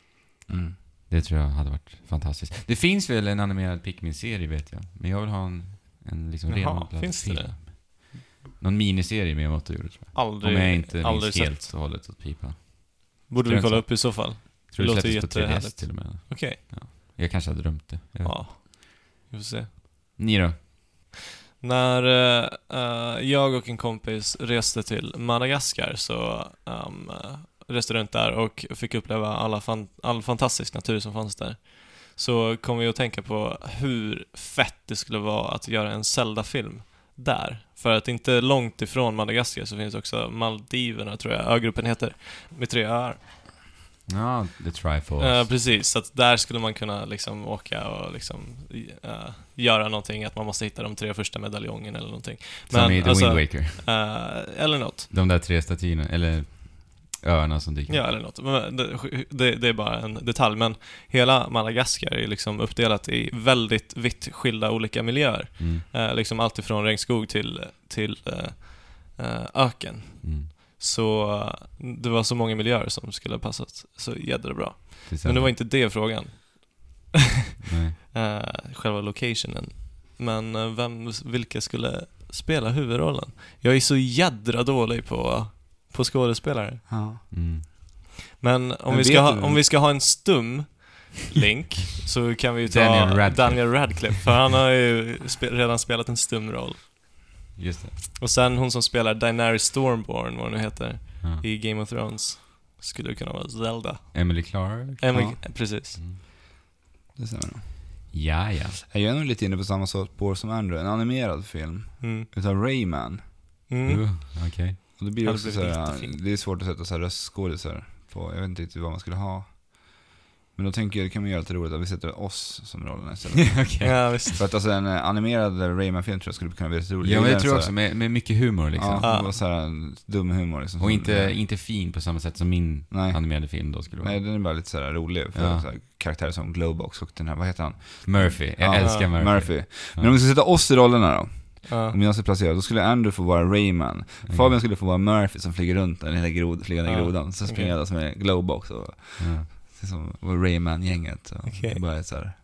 Det tror jag hade varit fantastiskt. Det finns väl en animerad Pikmin-serie, vet jag. Men jag vill ha en liksom renodlad film. Det? Någon miniserie med Moto-djur, tror jag. Aldrig, om jag inte minns sett. helt och hållet åt pipa. Borde vi kolla upp i så fall? Tror det släpptes på 3DS till och med. Okej. Ja. Jag kanske hade drömt det. Ja, vi får se. Ni då? När jag och en kompis reste till Madagaskar så reste runt där och fick uppleva all fantastisk natur som fanns där. Så kom vi att tänka på hur fett det skulle vara att göra en Zelda-film där. För att inte långt ifrån Madagaskar så finns också Maldiverna, tror jag ögruppen heter, med 3 öar. Ja, The Triforce. Precis, så att där skulle man kunna liksom åka och liksom göra någonting, att man måste hitta de 3 första medaljongen eller någonting. Som i The Wind Waker. Eller något. De där 3 statyerna, eller öarna som dyker. Ja, eller något. Men det är bara en detalj, men hela Madagaskar är liksom uppdelat i väldigt vitt skilda olika miljöer. Liksom allt ifrån regnskog till öken. Så det var så många miljöer som skulle ha passat så jädra bra. Men det var inte det frågan. Själva locationen. Men vilka skulle spela huvudrollen? Jag är så jädra dålig på skådespelare. Ja. Men om vi ska ha en stum Link, så kan vi ju ta Daniel Radcliffe, för han har ju redan spelat en stum roll. Just det. Och sen hon som spelar Daenerys Stormborn, vad hon nu heter, i Game of Thrones, skulle kunna vara Zelda. Emily Clark. Precis. Det stämmer nog. Ja. Jag är nog lite inne på samma spår som Andrew. En animerad film utav Rayman. Okej. Och det blir också så här, det är svårt att sätta så här röstskådisar på. Jag vet inte riktigt vad man skulle ha. Men då tänker jag, det kan man göra lite roligt att vi sätter oss som rollen istället. Okay. Ja, visst. För att alltså en animerad Rayman-film tror jag skulle kunna bli lite roligt. Ja, men jag tror också med mycket humor liksom. Ja, och så här dum humor liksom. Och inte fin på samma sätt som min animerade film då skulle vara. Nej, den är bara lite så här rolig för så här karaktärer som Glowbox och den här, vad heter han? Murphy. Jag älskar Murphy. Men om vi ska sätta oss i rollerna då. Om jag ska placera, då skulle Andrew få vara Rayman. Fabian skulle få vara Murphy som flyger runt den hela flygande grodan. Så springer jag som är Glowbox och som Rayman-gänget. Det bara är så här.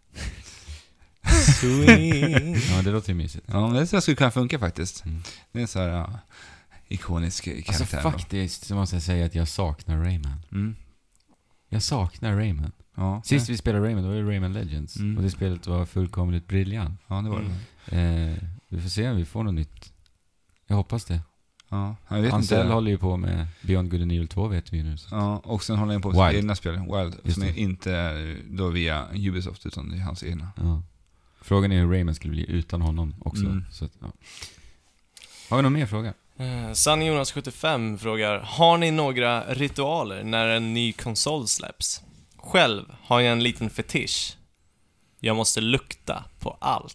Ja, det låter ju mysigt. Ja, men det skulle kunna funka faktiskt. Det är så här ikonisk karaktär. Alltså faktiskt så måste jag säga att jag saknar Rayman. Jag saknar Rayman. Ja, sist vi spelade Rayman, då var det Rayman Legends. Och det spelet var fullkomligt briljant. Ja, det var det. Vi får se om vi får något nytt. Jag hoppas det. Ja, jag vet Ansel inte. håller ju på med Beyond Good and Evil 2, vet vi nu. Så. Ja, och sen håller han på med sitt egna spel, Wild, som är inte då via Ubisoft, utan det är hans egna. Ja. Frågan är hur Rayman skulle bli utan honom också. Så att, ja. Har vi någon mer fråga? Sunny Jonas 75 frågar: har ni några ritualer när en ny konsol släpps? Själv har jag en liten fetisch. Jag måste lukta på allt.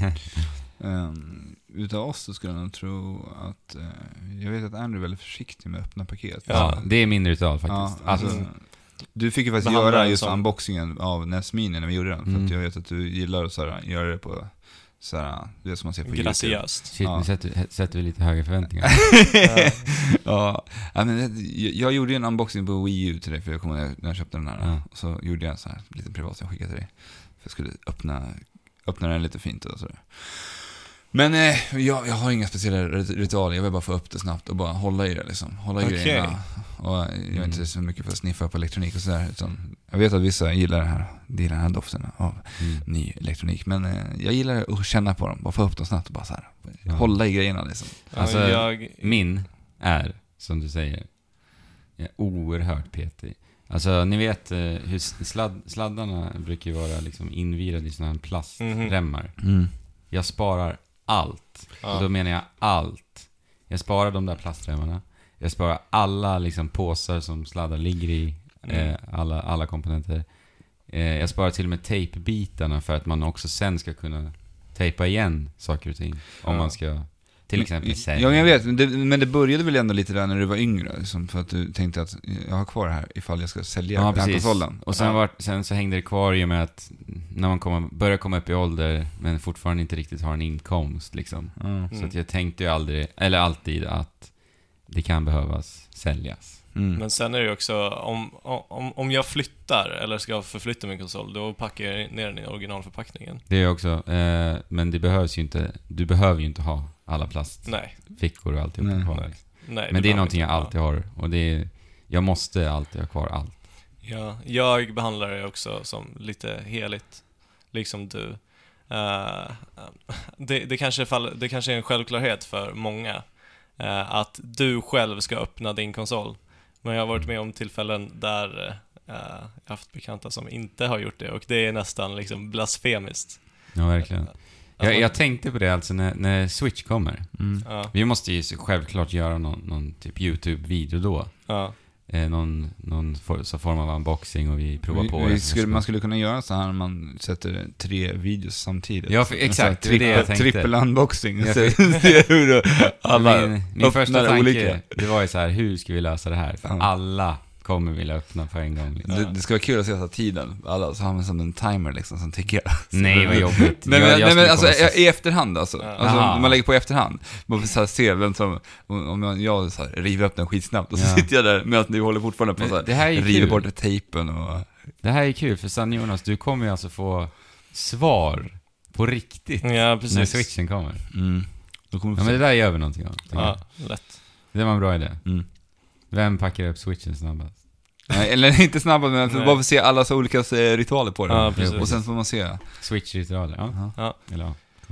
Utav oss så skulle jag nog tro att jag vet att Andrew är väldigt försiktig med att öppna paket. Ja, det är min ritual faktiskt. Ja, alltså, du fick ju faktiskt göra just unboxingen av NES Mini när vi gjorde den. För att jag vet att du gillar att så här, göra det på så här, det som man ser på graciöst. Shit, nu sätter vi lite höga förväntningar. Ja, men jag gjorde ju en unboxing på Wii U till dig, för jag kommer när jag köpte den här. Och så gjorde jag en så här liten privat som jag skickade till dig. För jag skulle öppna den lite fint och sådär. Men jag har inga speciella ritualer. Jag vill bara få upp det snabbt och bara hålla i det liksom. Hålla i grejerna. Och jag är inte så mycket för att sniffa på elektronik och sådär, utan jag vet att vissa gillar den här doften av ny elektronik. Men jag gillar att känna på dem. Bara få upp dem snabbt och bara så här. Hålla i grejerna liksom. Alltså, min är, som du säger, oerhört petig. Alltså, ni vet hur sladdarna brukar ju vara liksom invirade i såna här plastremmar. Jag sparar allt. Och då menar jag allt. Jag sparar de där plastremmarna. Jag sparar alla liksom påsar som sladdar ligger i. Alla komponenter. Jag sparar till och med tejpbitarna för att man också sen ska kunna tejpa igen saker och ting. Om man ska till exempel sälja. Ja, jag vet. Men det började väl ändå lite där när du var yngre. Liksom, för att du tänkte att jag har kvar det här ifall jag ska sälja den här konsolen. Och sen så hängde det kvar i och med att när man börjar komma upp i ålder men fortfarande inte riktigt har en inkomst liksom. Så att jag tänkte ju alltid att det kan behövas säljas. Men sen är det ju också om jag flyttar eller ska förflytta min konsol, då packar jag ner den i originalförpackningen. Det är också, men det behövs ju inte. Du behöver ju inte ha alla plastfickor och alltihop. Nej, men det är någonting jag alltid har, och jag måste alltid ha kvar allt. Ja, jag behandlar det också som lite heligt, liksom du. Det kanske är en självklarhet för många att du själv ska öppna din konsol. Men jag har varit med om tillfällen där jag har haft bekanta som inte har gjort det, och det är nästan liksom blasfemiskt. Ja, verkligen. Jag tänkte på det alltså när Switch kommer. Vi måste ju självklart göra någon typ YouTube-video då. någon form av unboxing och vi provar på det. Man skulle kunna göra så här när man sätter 3 videos samtidigt. Ja, exakt. Det är det jag tänkte. Trippel unboxing. Ja, min första tanke, det var ju så här, hur ska vi lösa det här? För alla kommer vilja öppna på en gång. Det ska vara kul att se så tiden. Alla så har man som en timer liksom som tickar. Nej, vad jobbigt. Nej, men alltså i efterhand alltså man lägger på i efterhand. Man får så här se vem som, om jag så här river upp den skitsnabbt och så sitter jag där medan ni håller fortfarande på så här, river bort tejpen och... Det här är kul, för Sanne Jonas, du kommer ju alltså få svar på riktigt när Switchen kommer. Men det där gör vi någonting av. Ja, lätt. Det var en bra idé. Vem packar upp Switchen snabbast? Nej, eller inte snabbast, men bara för att se alla så olika ritualer på det. Och sen får man se Switch-ritualer, ja. Eller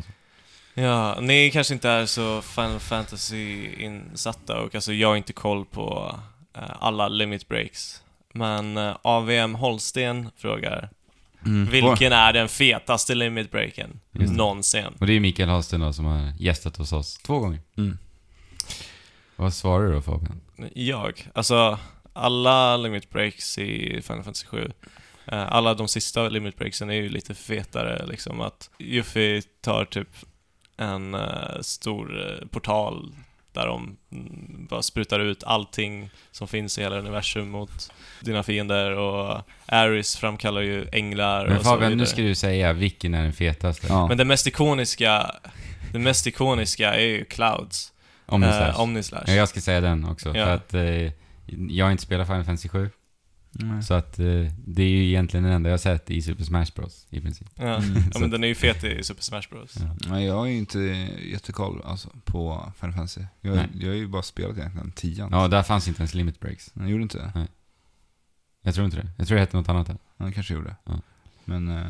ja, ni kanske inte är så Final Fantasy-insatta och alltså jag har inte koll på alla limit breaks. Men AVM Holsten frågar vilken är den fetaste limit breaken någonsin? Och det är Mikael Holsten då, som har gästat hos oss 2 gånger. Vad svarar du då, Fabian? Alltså alla limit breaks i Final Fantasy 7, alla de sista limit breaksen är ju lite fetare liksom, att Yuffie tar typ en stor portal där de bara sprutar ut allting som finns i hela universum mot dina fiender, och Ares framkallar ju änglar. Men och Fabian, nu ska du säga vilken är den fetaste. Men det mest ikoniska är ju Clouds. Omnislash. Ja, jag ska säga den också, för att jag har inte spelat Final Fantasy 7. Så att det är ju egentligen den enda jag har sett i Super Smash Bros. I princip. Men den är ju fet i Super Smash Bros. Nej, jag har ju inte jättekoll alltså, på Final Fantasy. Jag har ju bara spelat egentligen 10. Ja, där fanns inte ens limit breaks. Jag gjorde inte det. Nej. Jag tror inte det. Jag tror det hette något annat. Ja, jag kanske gjorde. Ja. Men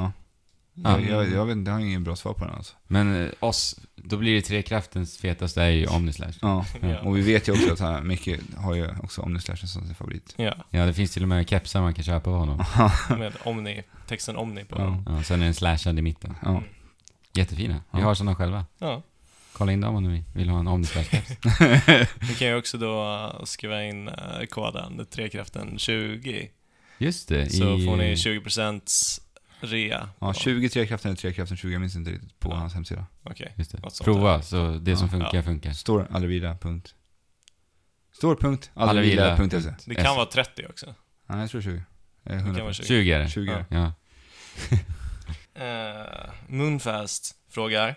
jag vet inte, jag har ingen bra svar på den alltså. Men då blir det Trekraftens fetaste är ju Omnislash. Ja. Och vi vet ju också att här, Micke har ju också Omnislash som sin favorit. Ja, det finns till och med kepsar man kan köpa av honom. Med texten Omni på. Ja, sen är den slashad i mitten. Jättefina. Vi har sådana själva. Kolla in dem om ni vill ha en Omnislash-keps. Vi kan ju också då skriva in koden Trekraften 20. Just det. Så får ni 20% rea. Ja, 20 Trekraften eller Trekraften 20, jag minns inte riktigt på hans hemsida. Okej. Just det. Prova, så det som funkar. Står aldrigvila.se. Det kan vara 30 också. Nej, jag tror 20. Det kan vara 20 är det. 20. Ja. Moonfast fråga.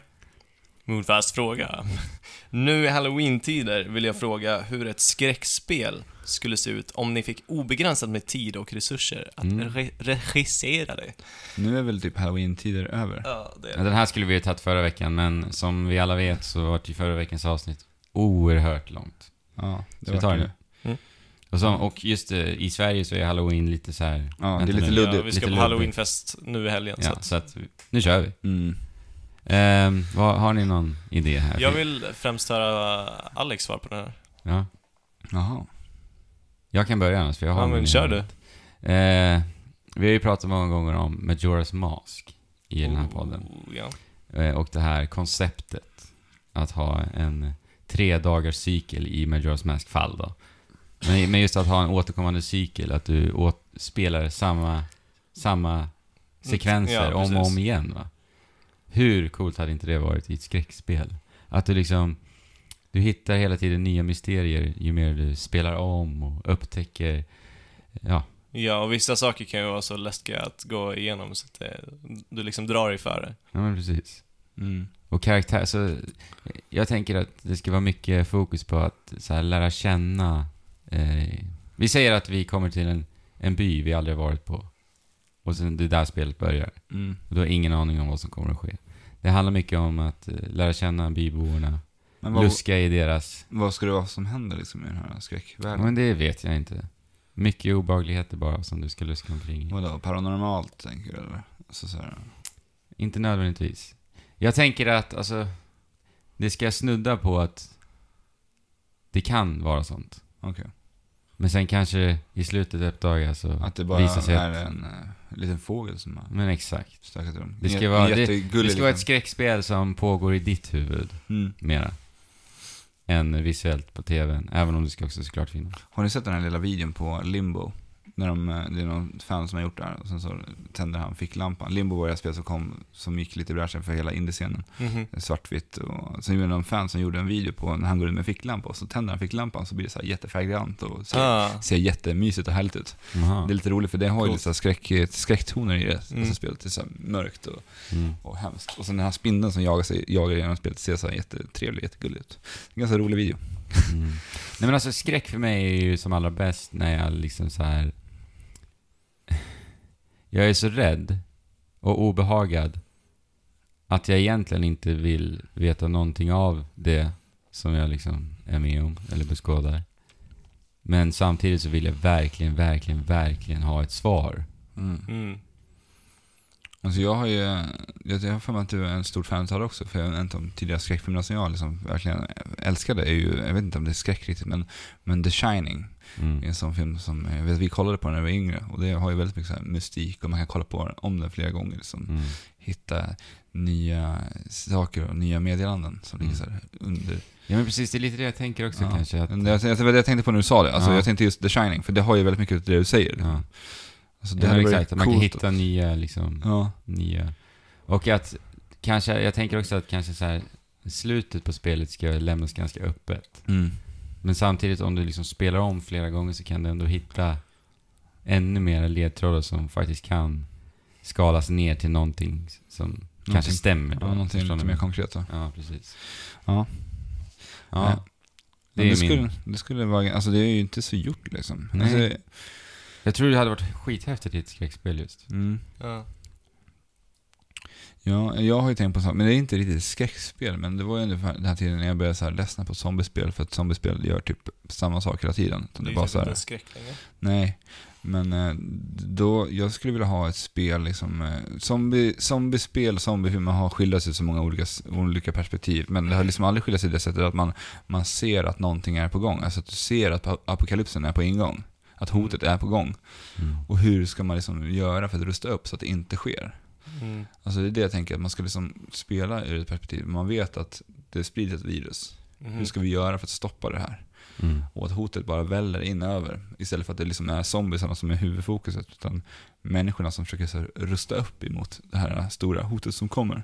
Nu i Halloween-tider vill jag fråga hur ett skräckspel skulle se ut om ni fick obegränsat med tid och resurser att regissera det. Nu är väl typ Halloween-tider över. Ja, det är det. Den här skulle vi ha tagit förra veckan, men som vi alla vet så var det förra veckans avsnitt oerhört långt. Ja, det var det nu. Och just i Sverige så är Halloween lite så här. Ja, det är lite luddigt. Ja, vi ska på Halloweenfest nu i helgen. Ja, så att nu kör vi. Har ni någon idé här? Jag vill främst höra Alex svar på den här. Ja. Jaha. Jag kan börja annars, för jag har men kör du. Vi har ju pratat många gånger om Majora's Mask i den här podden. Och det här konceptet att ha en 3 dagars cykel i Majora's Mask fall då. Men just att ha en återkommande cykel, att du spelar samma sekvenser om och om igen, va? Hur coolt hade inte det varit i ett skräckspel? Att du hittar hela tiden nya mysterier ju mer du spelar om och upptäcker. Ja, och vissa saker kan ju vara så läskiga att gå igenom så att du liksom drar dig för det. Ja, men precis. Och karaktär, så jag tänker att det ska vara mycket fokus på att så här, lära känna. Vi säger att vi kommer till en by vi aldrig har varit på. Och sen det där spelet börjar. Och då har ingen aning om vad som kommer att ske. Det handlar mycket om att lära känna byborna. Luska i deras... Vad ska det vara som händer liksom i den här skräckvärlden? Ja, men det vet jag inte. Mycket obehagligheter bara som du ska luska omkring. Vadå? Paranormalt, tänker du? Eller? Så här. Inte nödvändigtvis. Jag tänker att det ska snudda på att det kan vara sånt. Okej. Men sen kanske i slutet uppdagas så att det bara visar sig är en liten fågel som har... Men exakt. Stökat rum. Det ska vara ett skräckspel som pågår i ditt huvud. Mera. än visuellt på tvn, även om det ska också såklart finnas. Har ni sett den här lilla videon på Limbo? När det är någon fan som har gjort det här och sen så tänder han ficklampan. Limbo var det spel som gick lite i bräschen för hela indiescenen. Svartvitt. Och sen var det någon fan som gjorde en video på när han går ut med ficklampa och så tänder han ficklampan så blir det så här jättefärgrant och ser jättemysigt och härligt ut. Det är lite roligt för det har ju lite skräcktoner i det. Alltså spelet är så här mörkt och hemskt. Och sen den här spindeln som jagar genom spelet ser så här jättetrevlig, jättegullig ut. Det är en ganska rolig video. Nej men alltså skräck för mig är ju som allra bäst när jag liksom så här. Jag är så rädd och obehagad att jag egentligen inte vill veta någonting av det som jag liksom är med om eller beskådar. Men samtidigt så vill jag verkligen ha ett svar. Alltså jag har för mig att du är en stor fan av det också, för en av de tidigare skräckfilmerna som jag liksom verkligen älskade är ju, jag vet inte om det är skräck riktigt, men The Shining är en sån film som vi kollade på när vi var yngre, och det har ju väldigt mycket så här mystik och man kan kolla på om den flera gånger liksom, hitta nya saker och nya meddelanden som ligger så här under. Ja men precis, det är lite det jag tänker också kanske. Att jag tänkte på när du sa det, alltså jag tänkte just The Shining, för det har ju väldigt mycket av det du säger. Ja. Alltså det är exakt, man kan hitta nya liksom, nya. Och att kanske, jag tänker också att kanske så här, slutet på spelet ska lämnas ganska öppet. Men samtidigt om du liksom spelar om flera gånger så kan du ändå hitta ännu mer ledtrådar som faktiskt kan skalas ner till någonting som kanske stämmer då. Ja, någonting lite mer konkret då. Ja, precis. Ja. Det skulle vara, alltså det är ju inte så gjort liksom. Nej. Alltså, jag tror det hade varit skithäftigt i ett skräckspel just. Ja, jag har ju tänkt på sånt, men det är inte riktigt skräckspel, men det var ju ungefär den här tiden när jag började så här ledsna på zombiespel, för att zombiespel gör typ samma sak hela tiden. Det är bara typ så här, inte skräck längre. Nej, men då, jag skulle vilja ha ett spel liksom, zombiespel, zombiefilmer har skildat sig så många olika perspektiv, men det har liksom aldrig skildat sig i det sättet att man ser att någonting är på gång, alltså att du ser att apokalypsen är på ingång, att hotet är på gång, och hur ska man liksom göra för att rusta upp så att det inte sker. Alltså det är det jag tänker, att man ska liksom spela ur ett perspektiv. Man vet att det sprids ett virus. Hur ska vi göra för att stoppa det här? Och att hotet bara väller in över, istället för att det liksom är zombiesarna som är huvudfokuset, utan människorna som försöker så rusta upp emot det här stora hotet som kommer.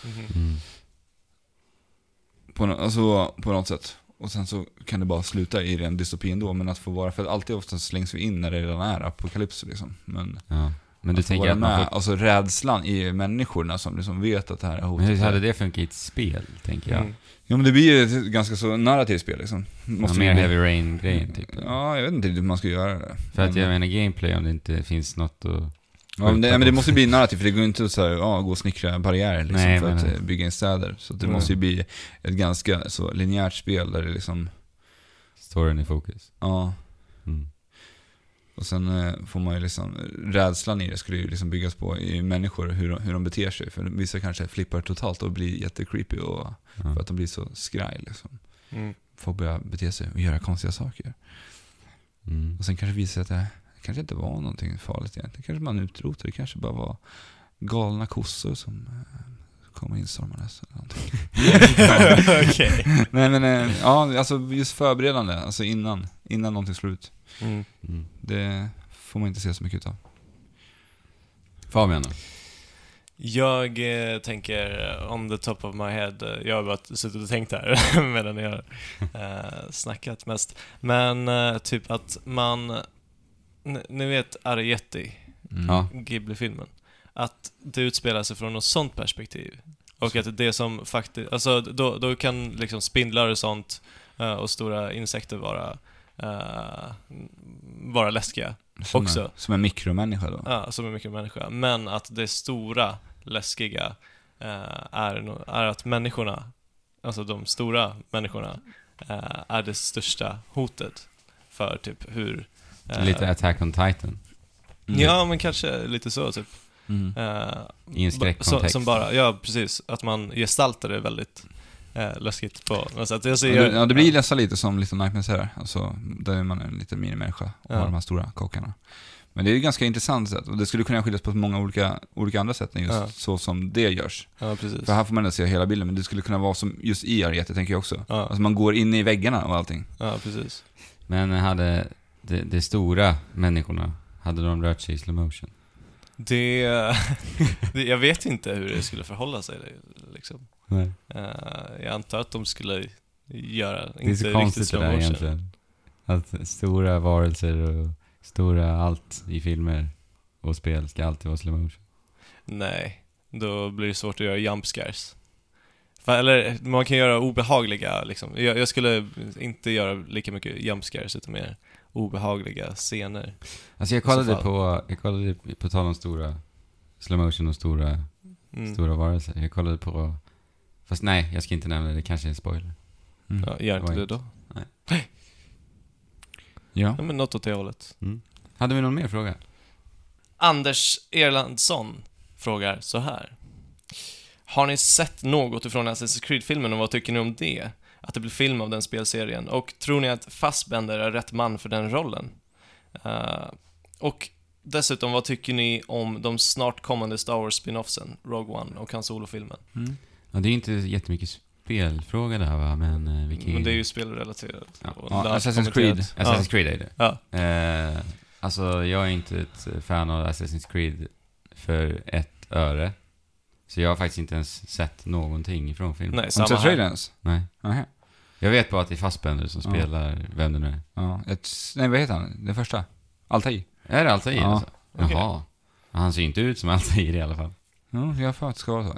På något sätt. Och sen så kan det bara sluta i en dystopi ändå, men att få vara, för alltid ofta slängs vi in när det redan är apokalyps liksom. Men du tänker att man får... alltså rädslan i människorna som liksom vet att det här är hotet. Men hur hade det funkat i ett spel, tänker jag? Ja, men det blir ju ett ganska så narrativt spel liksom. Måste mer Heavy Rain-grejen typ. Ja, jag vet inte hur man ska göra det. För att jag menar gameplay, om det inte finns något att... Ja, men det måste bli narrativt, för det går inte att så här, gå och snickra barriärer liksom, för att bygga in städer. Så det måste ju bli ett ganska så linjärt spel där det liksom... Storyn i fokus. Ja. Och sen får man ju liksom, rädslan i det skulle ju liksom byggas på i människor, hur de beter sig. För vissa kanske flippar totalt och blir jättecreepy för att de blir så skraj liksom. Får börja bete sig och göra konstiga saker. Och sen kanske visar att det kanske inte var någonting farligt egentligen. Kanske man utrotar, det kanske bara var galna kossor som kommer instormandes eller någonting. Okej. Nej men ja, alltså just förberedande, alltså innan någonting slår ut. Det får man inte se så mycket av. Fabian då? Jag tänker on the top of my head. Jag har bara suttit och tänkt här medan jag har snackat mest. Men typ att man... Ni vet Arrietty, Ghibli-filmen. Att det utspelar sig från något sånt perspektiv. Och att det som faktiskt... Alltså då kan liksom spindlar och sånt och stora insekter vara läskiga också. Som en mikromänniska då? Ja, som en mikromänniska. Men att det stora läskiga är att människorna, alltså de stora människorna, är det största hotet för typ hur... lite Attack on Titan. Ja, men kanske lite så typ. I en skräckkontext. Som bara, ja precis, att man gestaltar det väldigt läskigt på något sätt. Det blir nästan lite som Little Nightmares här. Alltså, där är man en liten minimänniska och har de här stora kockarna. Men det är ju ganska intressant sätt. Och det skulle kunna skiljas på många olika andra sätt än just så som det görs. Ja, precis. För här får man ändå se hela bilden. Men det skulle kunna vara som just i Ariete, tänker jag också. Ja. Alltså man går in i väggarna och allting. Ja, precis. Men hade de stora människorna, hade de rört sig i slow motion? Jag vet inte hur det skulle förhålla sig liksom. Nej. Jag antar att de skulle göra Det är så konstigt det där egentligen. Att stora varelser och stora allt i filmer och spel ska alltid vara slow motion. Nej, då blir det svårt att göra jump scares. Eller man kan göra obehagliga liksom. Jag skulle inte göra lika mycket jump scares utan mer obehagliga scener. Alltså jag kollade på tal om stora slow motion och stora varelser. Jag kollade på, fast nej, jag ska inte nämna det kanske är en spoiler. Ja, gör inte det då. Nej. Ja. Men något åt det hållet. Hade vi någon mer fråga? Anders Erlandsson frågar så här: har ni sett något ifrån Assassin's Creed-filmen och vad tycker ni om det? Att det blir film av den spelserien? Och tror ni att Fassbender är rätt man för den rollen? Och dessutom, vad tycker ni om de snart kommande Star Wars spin-offsen, Rogue One och Han Solo-filmen? Ja, det är inte jättemycket spelfråga det här, va? Men det är ju spelrelaterat. Ja, Assassin's Creed. Assassin's Creed är det. Ja. Alltså jag är inte ett fan av Assassin's Creed för ett öre. Så jag har faktiskt inte ens sett någonting ifrån filmen. Nej, samma här. Ens? Nej. Aha. Jag vet bara att det är Fassbender som spelar vem det nu är. Ja, nej, vad heter han? Det första? Altair. Är det Altair? Ja. Alltså? Jaha. Han ser inte ut som Altair i alla fall. Ja, jag får att det ska vara så.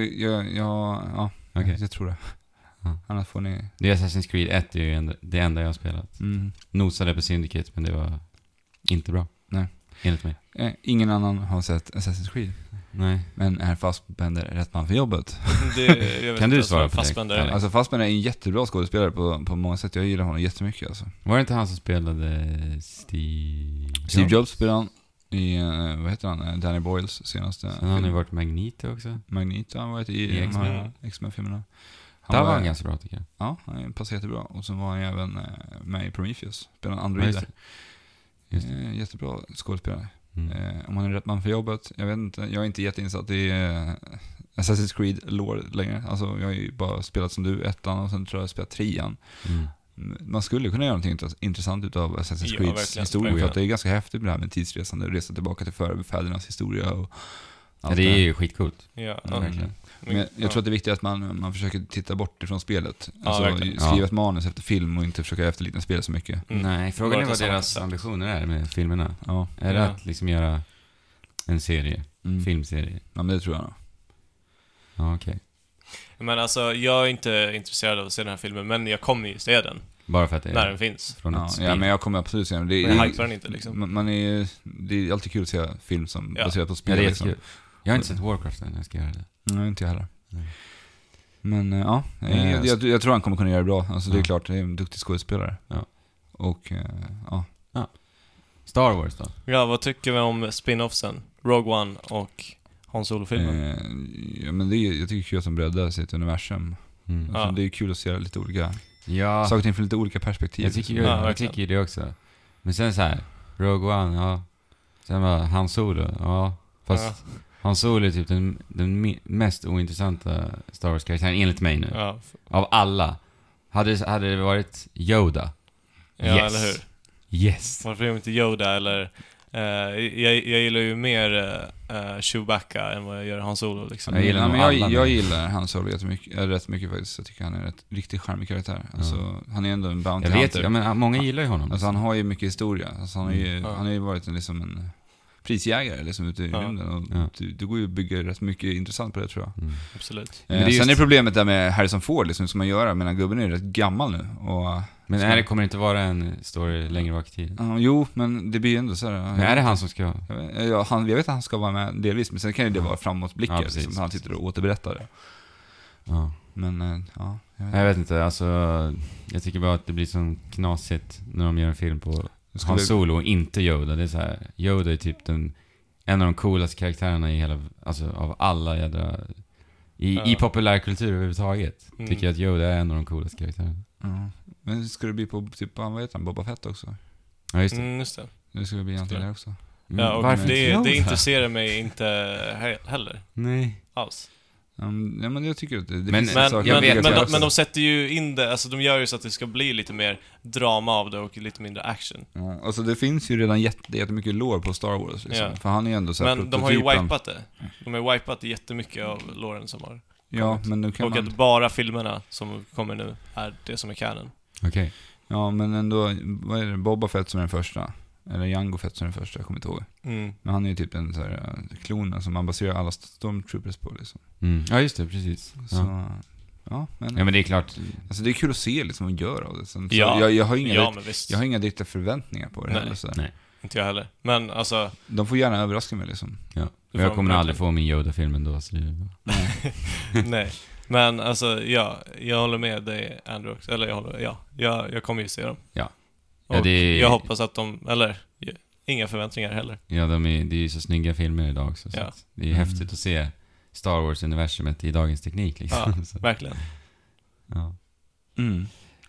Okej. Jag tror det. Ja. Annars får ni... Det är Assassin's Creed 1 är ju det enda jag har spelat. Nosade på Syndicate, men det var inte bra. Nej. Enligt mig. Ingen annan har sett Assassin's Creed. Nej. Men är Fassbender rätt man för jobbet? Kan du svara på det? Alltså Fassbender är en jättebra skådespelare på många sätt. Jag gillar honom jättemycket alltså. Var det inte han som spelade Steve Jobs spelade han i, vad heter han? Danny Boyles senaste film. Han har ju varit Magneto också. Magneto, han har varit i X-Men-filmerna. Där var han ganska bra, tycker jag. Ja, han passade jättebra. Och så var han även med i Prometheus. Spelade en android där. Jättebra skådespelare. Om han är rätt man för jobbet, jag vet inte. Jag är inte jätteinsatt i Assassin's Creed-lore längre. Alltså jag har ju bara spelat som du, ettan, och sen tror jag spelat trean. Man skulle kunna göra någonting intressant utav Assassin's Creeds historia. För att det är ganska häftigt med det här med tidsresande, resa tillbaka till förfädernas historia och allt. Det är ju skitcoolt. Ja, verkligen. Men jag tror att det är viktigt att man försöker titta bort ifrån spelet. Alltså skriva ett manus efter film och inte försöka efterlikna spelet så mycket. Nej, frågan är vad deras ambitioner är med filmerna. Ja. Är det att liksom göra en serie? Filmserie? Ja, men det tror jag nog. Ja, okej. Men alltså, jag är inte intresserad av att se den här filmen, men jag kommer ju se den. Bara för att det är när den finns. Från ett spel. Ja, men jag kommer absolut se den. Jag hypar den inte liksom. Det är alltid kul att se film som baserat på spel. Ja, det är liksom. kul. Jag har inte sett Warcraft än, jag ska göra det. Nej, inte jag heller. Nej. Men ja, jag tror han kommer kunna göra det bra. Alltså det är klart, det är en duktig skådespelare. Ja. Och ja. Star Wars då? Ja, vad tycker vi om spin-offsen? Rogue One och Han Solo-filmen? Ja, men jag tycker kul att de breddar sitt universum. Alltså, det är kul att se lite olika saker inför lite olika perspektiv. Jag tycker det också. Men sen så här, Rogue One, sen var Han Solo, fast Han Solo är typ den mest ointressanta Star Wars-karaktären enligt mig nu. Ja. Av alla. Hade det varit Yoda? Ja, yes. Eller hur? Yes. Varför är det inte Yoda eller... jag gillar ju mer Chewbacca än vad jag gör Han Solo liksom. Jag gillar Han Solo rätt mycket faktiskt. Jag tycker han är en riktigt charmig karaktär. Alltså, han är ändå en bounty hunter. Men många gillar ju honom. Alltså, han har ju mycket historia. Alltså, han har ju varit en prisjägare liksom, ute i rymden. Och det går ju att bygga rätt mycket intressant på det, tror jag. Absolut. Sen är problemet där med Harrison Ford liksom, som man gör. Men gubben är rätt gammal nu. Men det kommer inte vara en story längre bak i tiden? Jo, men det blir ändå så här. Men är det han som ska... Jag vet att han ska vara med delvis. Men sen kan ju det vara framåtblickar som han sitter och återberättar det. Ja. Men, jag vet inte, alltså... Jag tycker bara att det blir så knasigt när de gör en film på Han Solo och inte Yoda. Det är så här, Yoda är typ en av de coolaste karaktärerna i hela... Alltså av alla jädra... I populärkultur överhuvudtaget. Tycker jag att Yoda är en av de coolaste karaktärerna. Ja. Men ska det bli på typ, vad heter han? Boba Fett också? Ja, just det. Just det. Det ska bli någonting där också. Ja, och Varför det intresserar mig inte heller. Nej. Alls. Ja, men jag tycker att det Men- finns men- saker Men de sätter ju in det, alltså de gör ju så att det ska bli lite mer drama av det och lite mindre action. Ja, alltså det finns ju redan jättemycket lore på Star Wars liksom. Ja. För han är ju ändå så här Men de har ju prototypen. wipat det. De har ju wipat jättemycket av loren som har Ja, kommit. men nu kan Och man... att bara filmerna som kommer nu är det som är canon. Okej. Ja, men ändå, vad är det? Boba Fett som är den första. Eller Jango Fett som är den första, jag kommer inte ihåg. Mm. Men han är ju typ en så här klon som man baserar alla Stormtroopers på liksom. Ja, just det, precis. Så, Ja, men men det är klart. alltså det är kul att se liksom vad gör av det. Sen, så Ja. jag har inga Men visst. jag har inga direkta förväntningar på det Nej. heller. Så här. Nej. Inte jag heller. Men alltså, De får gärna överraska mig liksom. Ja. Det Och jag får kommer de aldrig verkligen. få min Yoda-film ändå, så det... nej. Men alltså, ja, jag håller med dig, Andrew också. Eller jag kommer ju se dem. Ja. Och Ja, det- jag hoppas att inga förväntningar heller. Ja, det är ju så snygga filmer idag också, så Ja. att det är häftigt att se Star Wars-universumet i dagens teknik liksom. Ja, Så, verkligen. ja. Mm.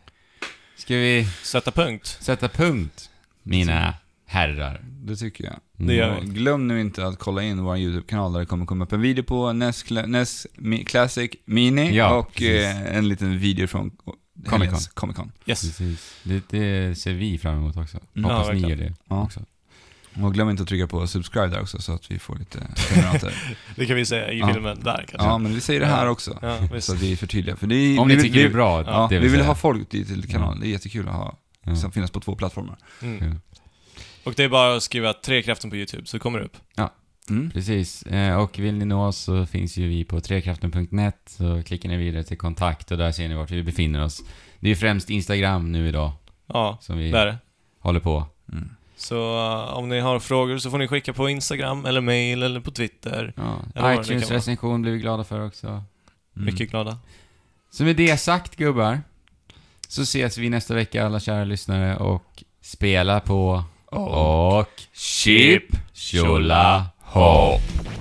Ska vi Sätta punkt. sätta punkt, mina herrar? Det tycker jag. Det gör Och vi. glöm nu inte att kolla in vår YouTube-kanal där det kommer komma upp en video på NES Classic Mini Ja, och precis. en liten video från Comic-Con. Yes. Precis. Det ser vi fram emot också. Mm. Hoppas Ja, ni gör verkligen. det Ja. också. Och glöm inte att trycka på subscribe där också så att vi får lite prenumeranter. Det kan vi säga i Ja. filmen där kanske. Ja, men vi säger det här också. Ja, visst. Så att vi är förtydliga. För det är, Om vi ni vill- tycker det är vi- bra, Ja, det vi vill säga. ha folk till kanalen. Det är jättekul att ha, Ja. som finnas på 2 plattformar. Mm. Och det är bara att skriva Trekraften på YouTube så kommer det upp. Mm. Precis. Och vill ni nå oss så finns ju vi på trekraften.net, så klickar ni vidare till kontakt och där ser ni vart vi befinner oss. Det är ju främst Instagram nu idag Ja, som vi det är det. håller på. Mm. Så om ni har frågor så får ni skicka på Instagram eller mail eller på Twitter. Ja. Eller vad det kan vara. iTunes-recension blir vi glada för också. Mm. Mycket glada. Så med det sagt, gubbar, så ses vi nästa vecka, alla kära lyssnare, och spela på och chip, tjola, hopp.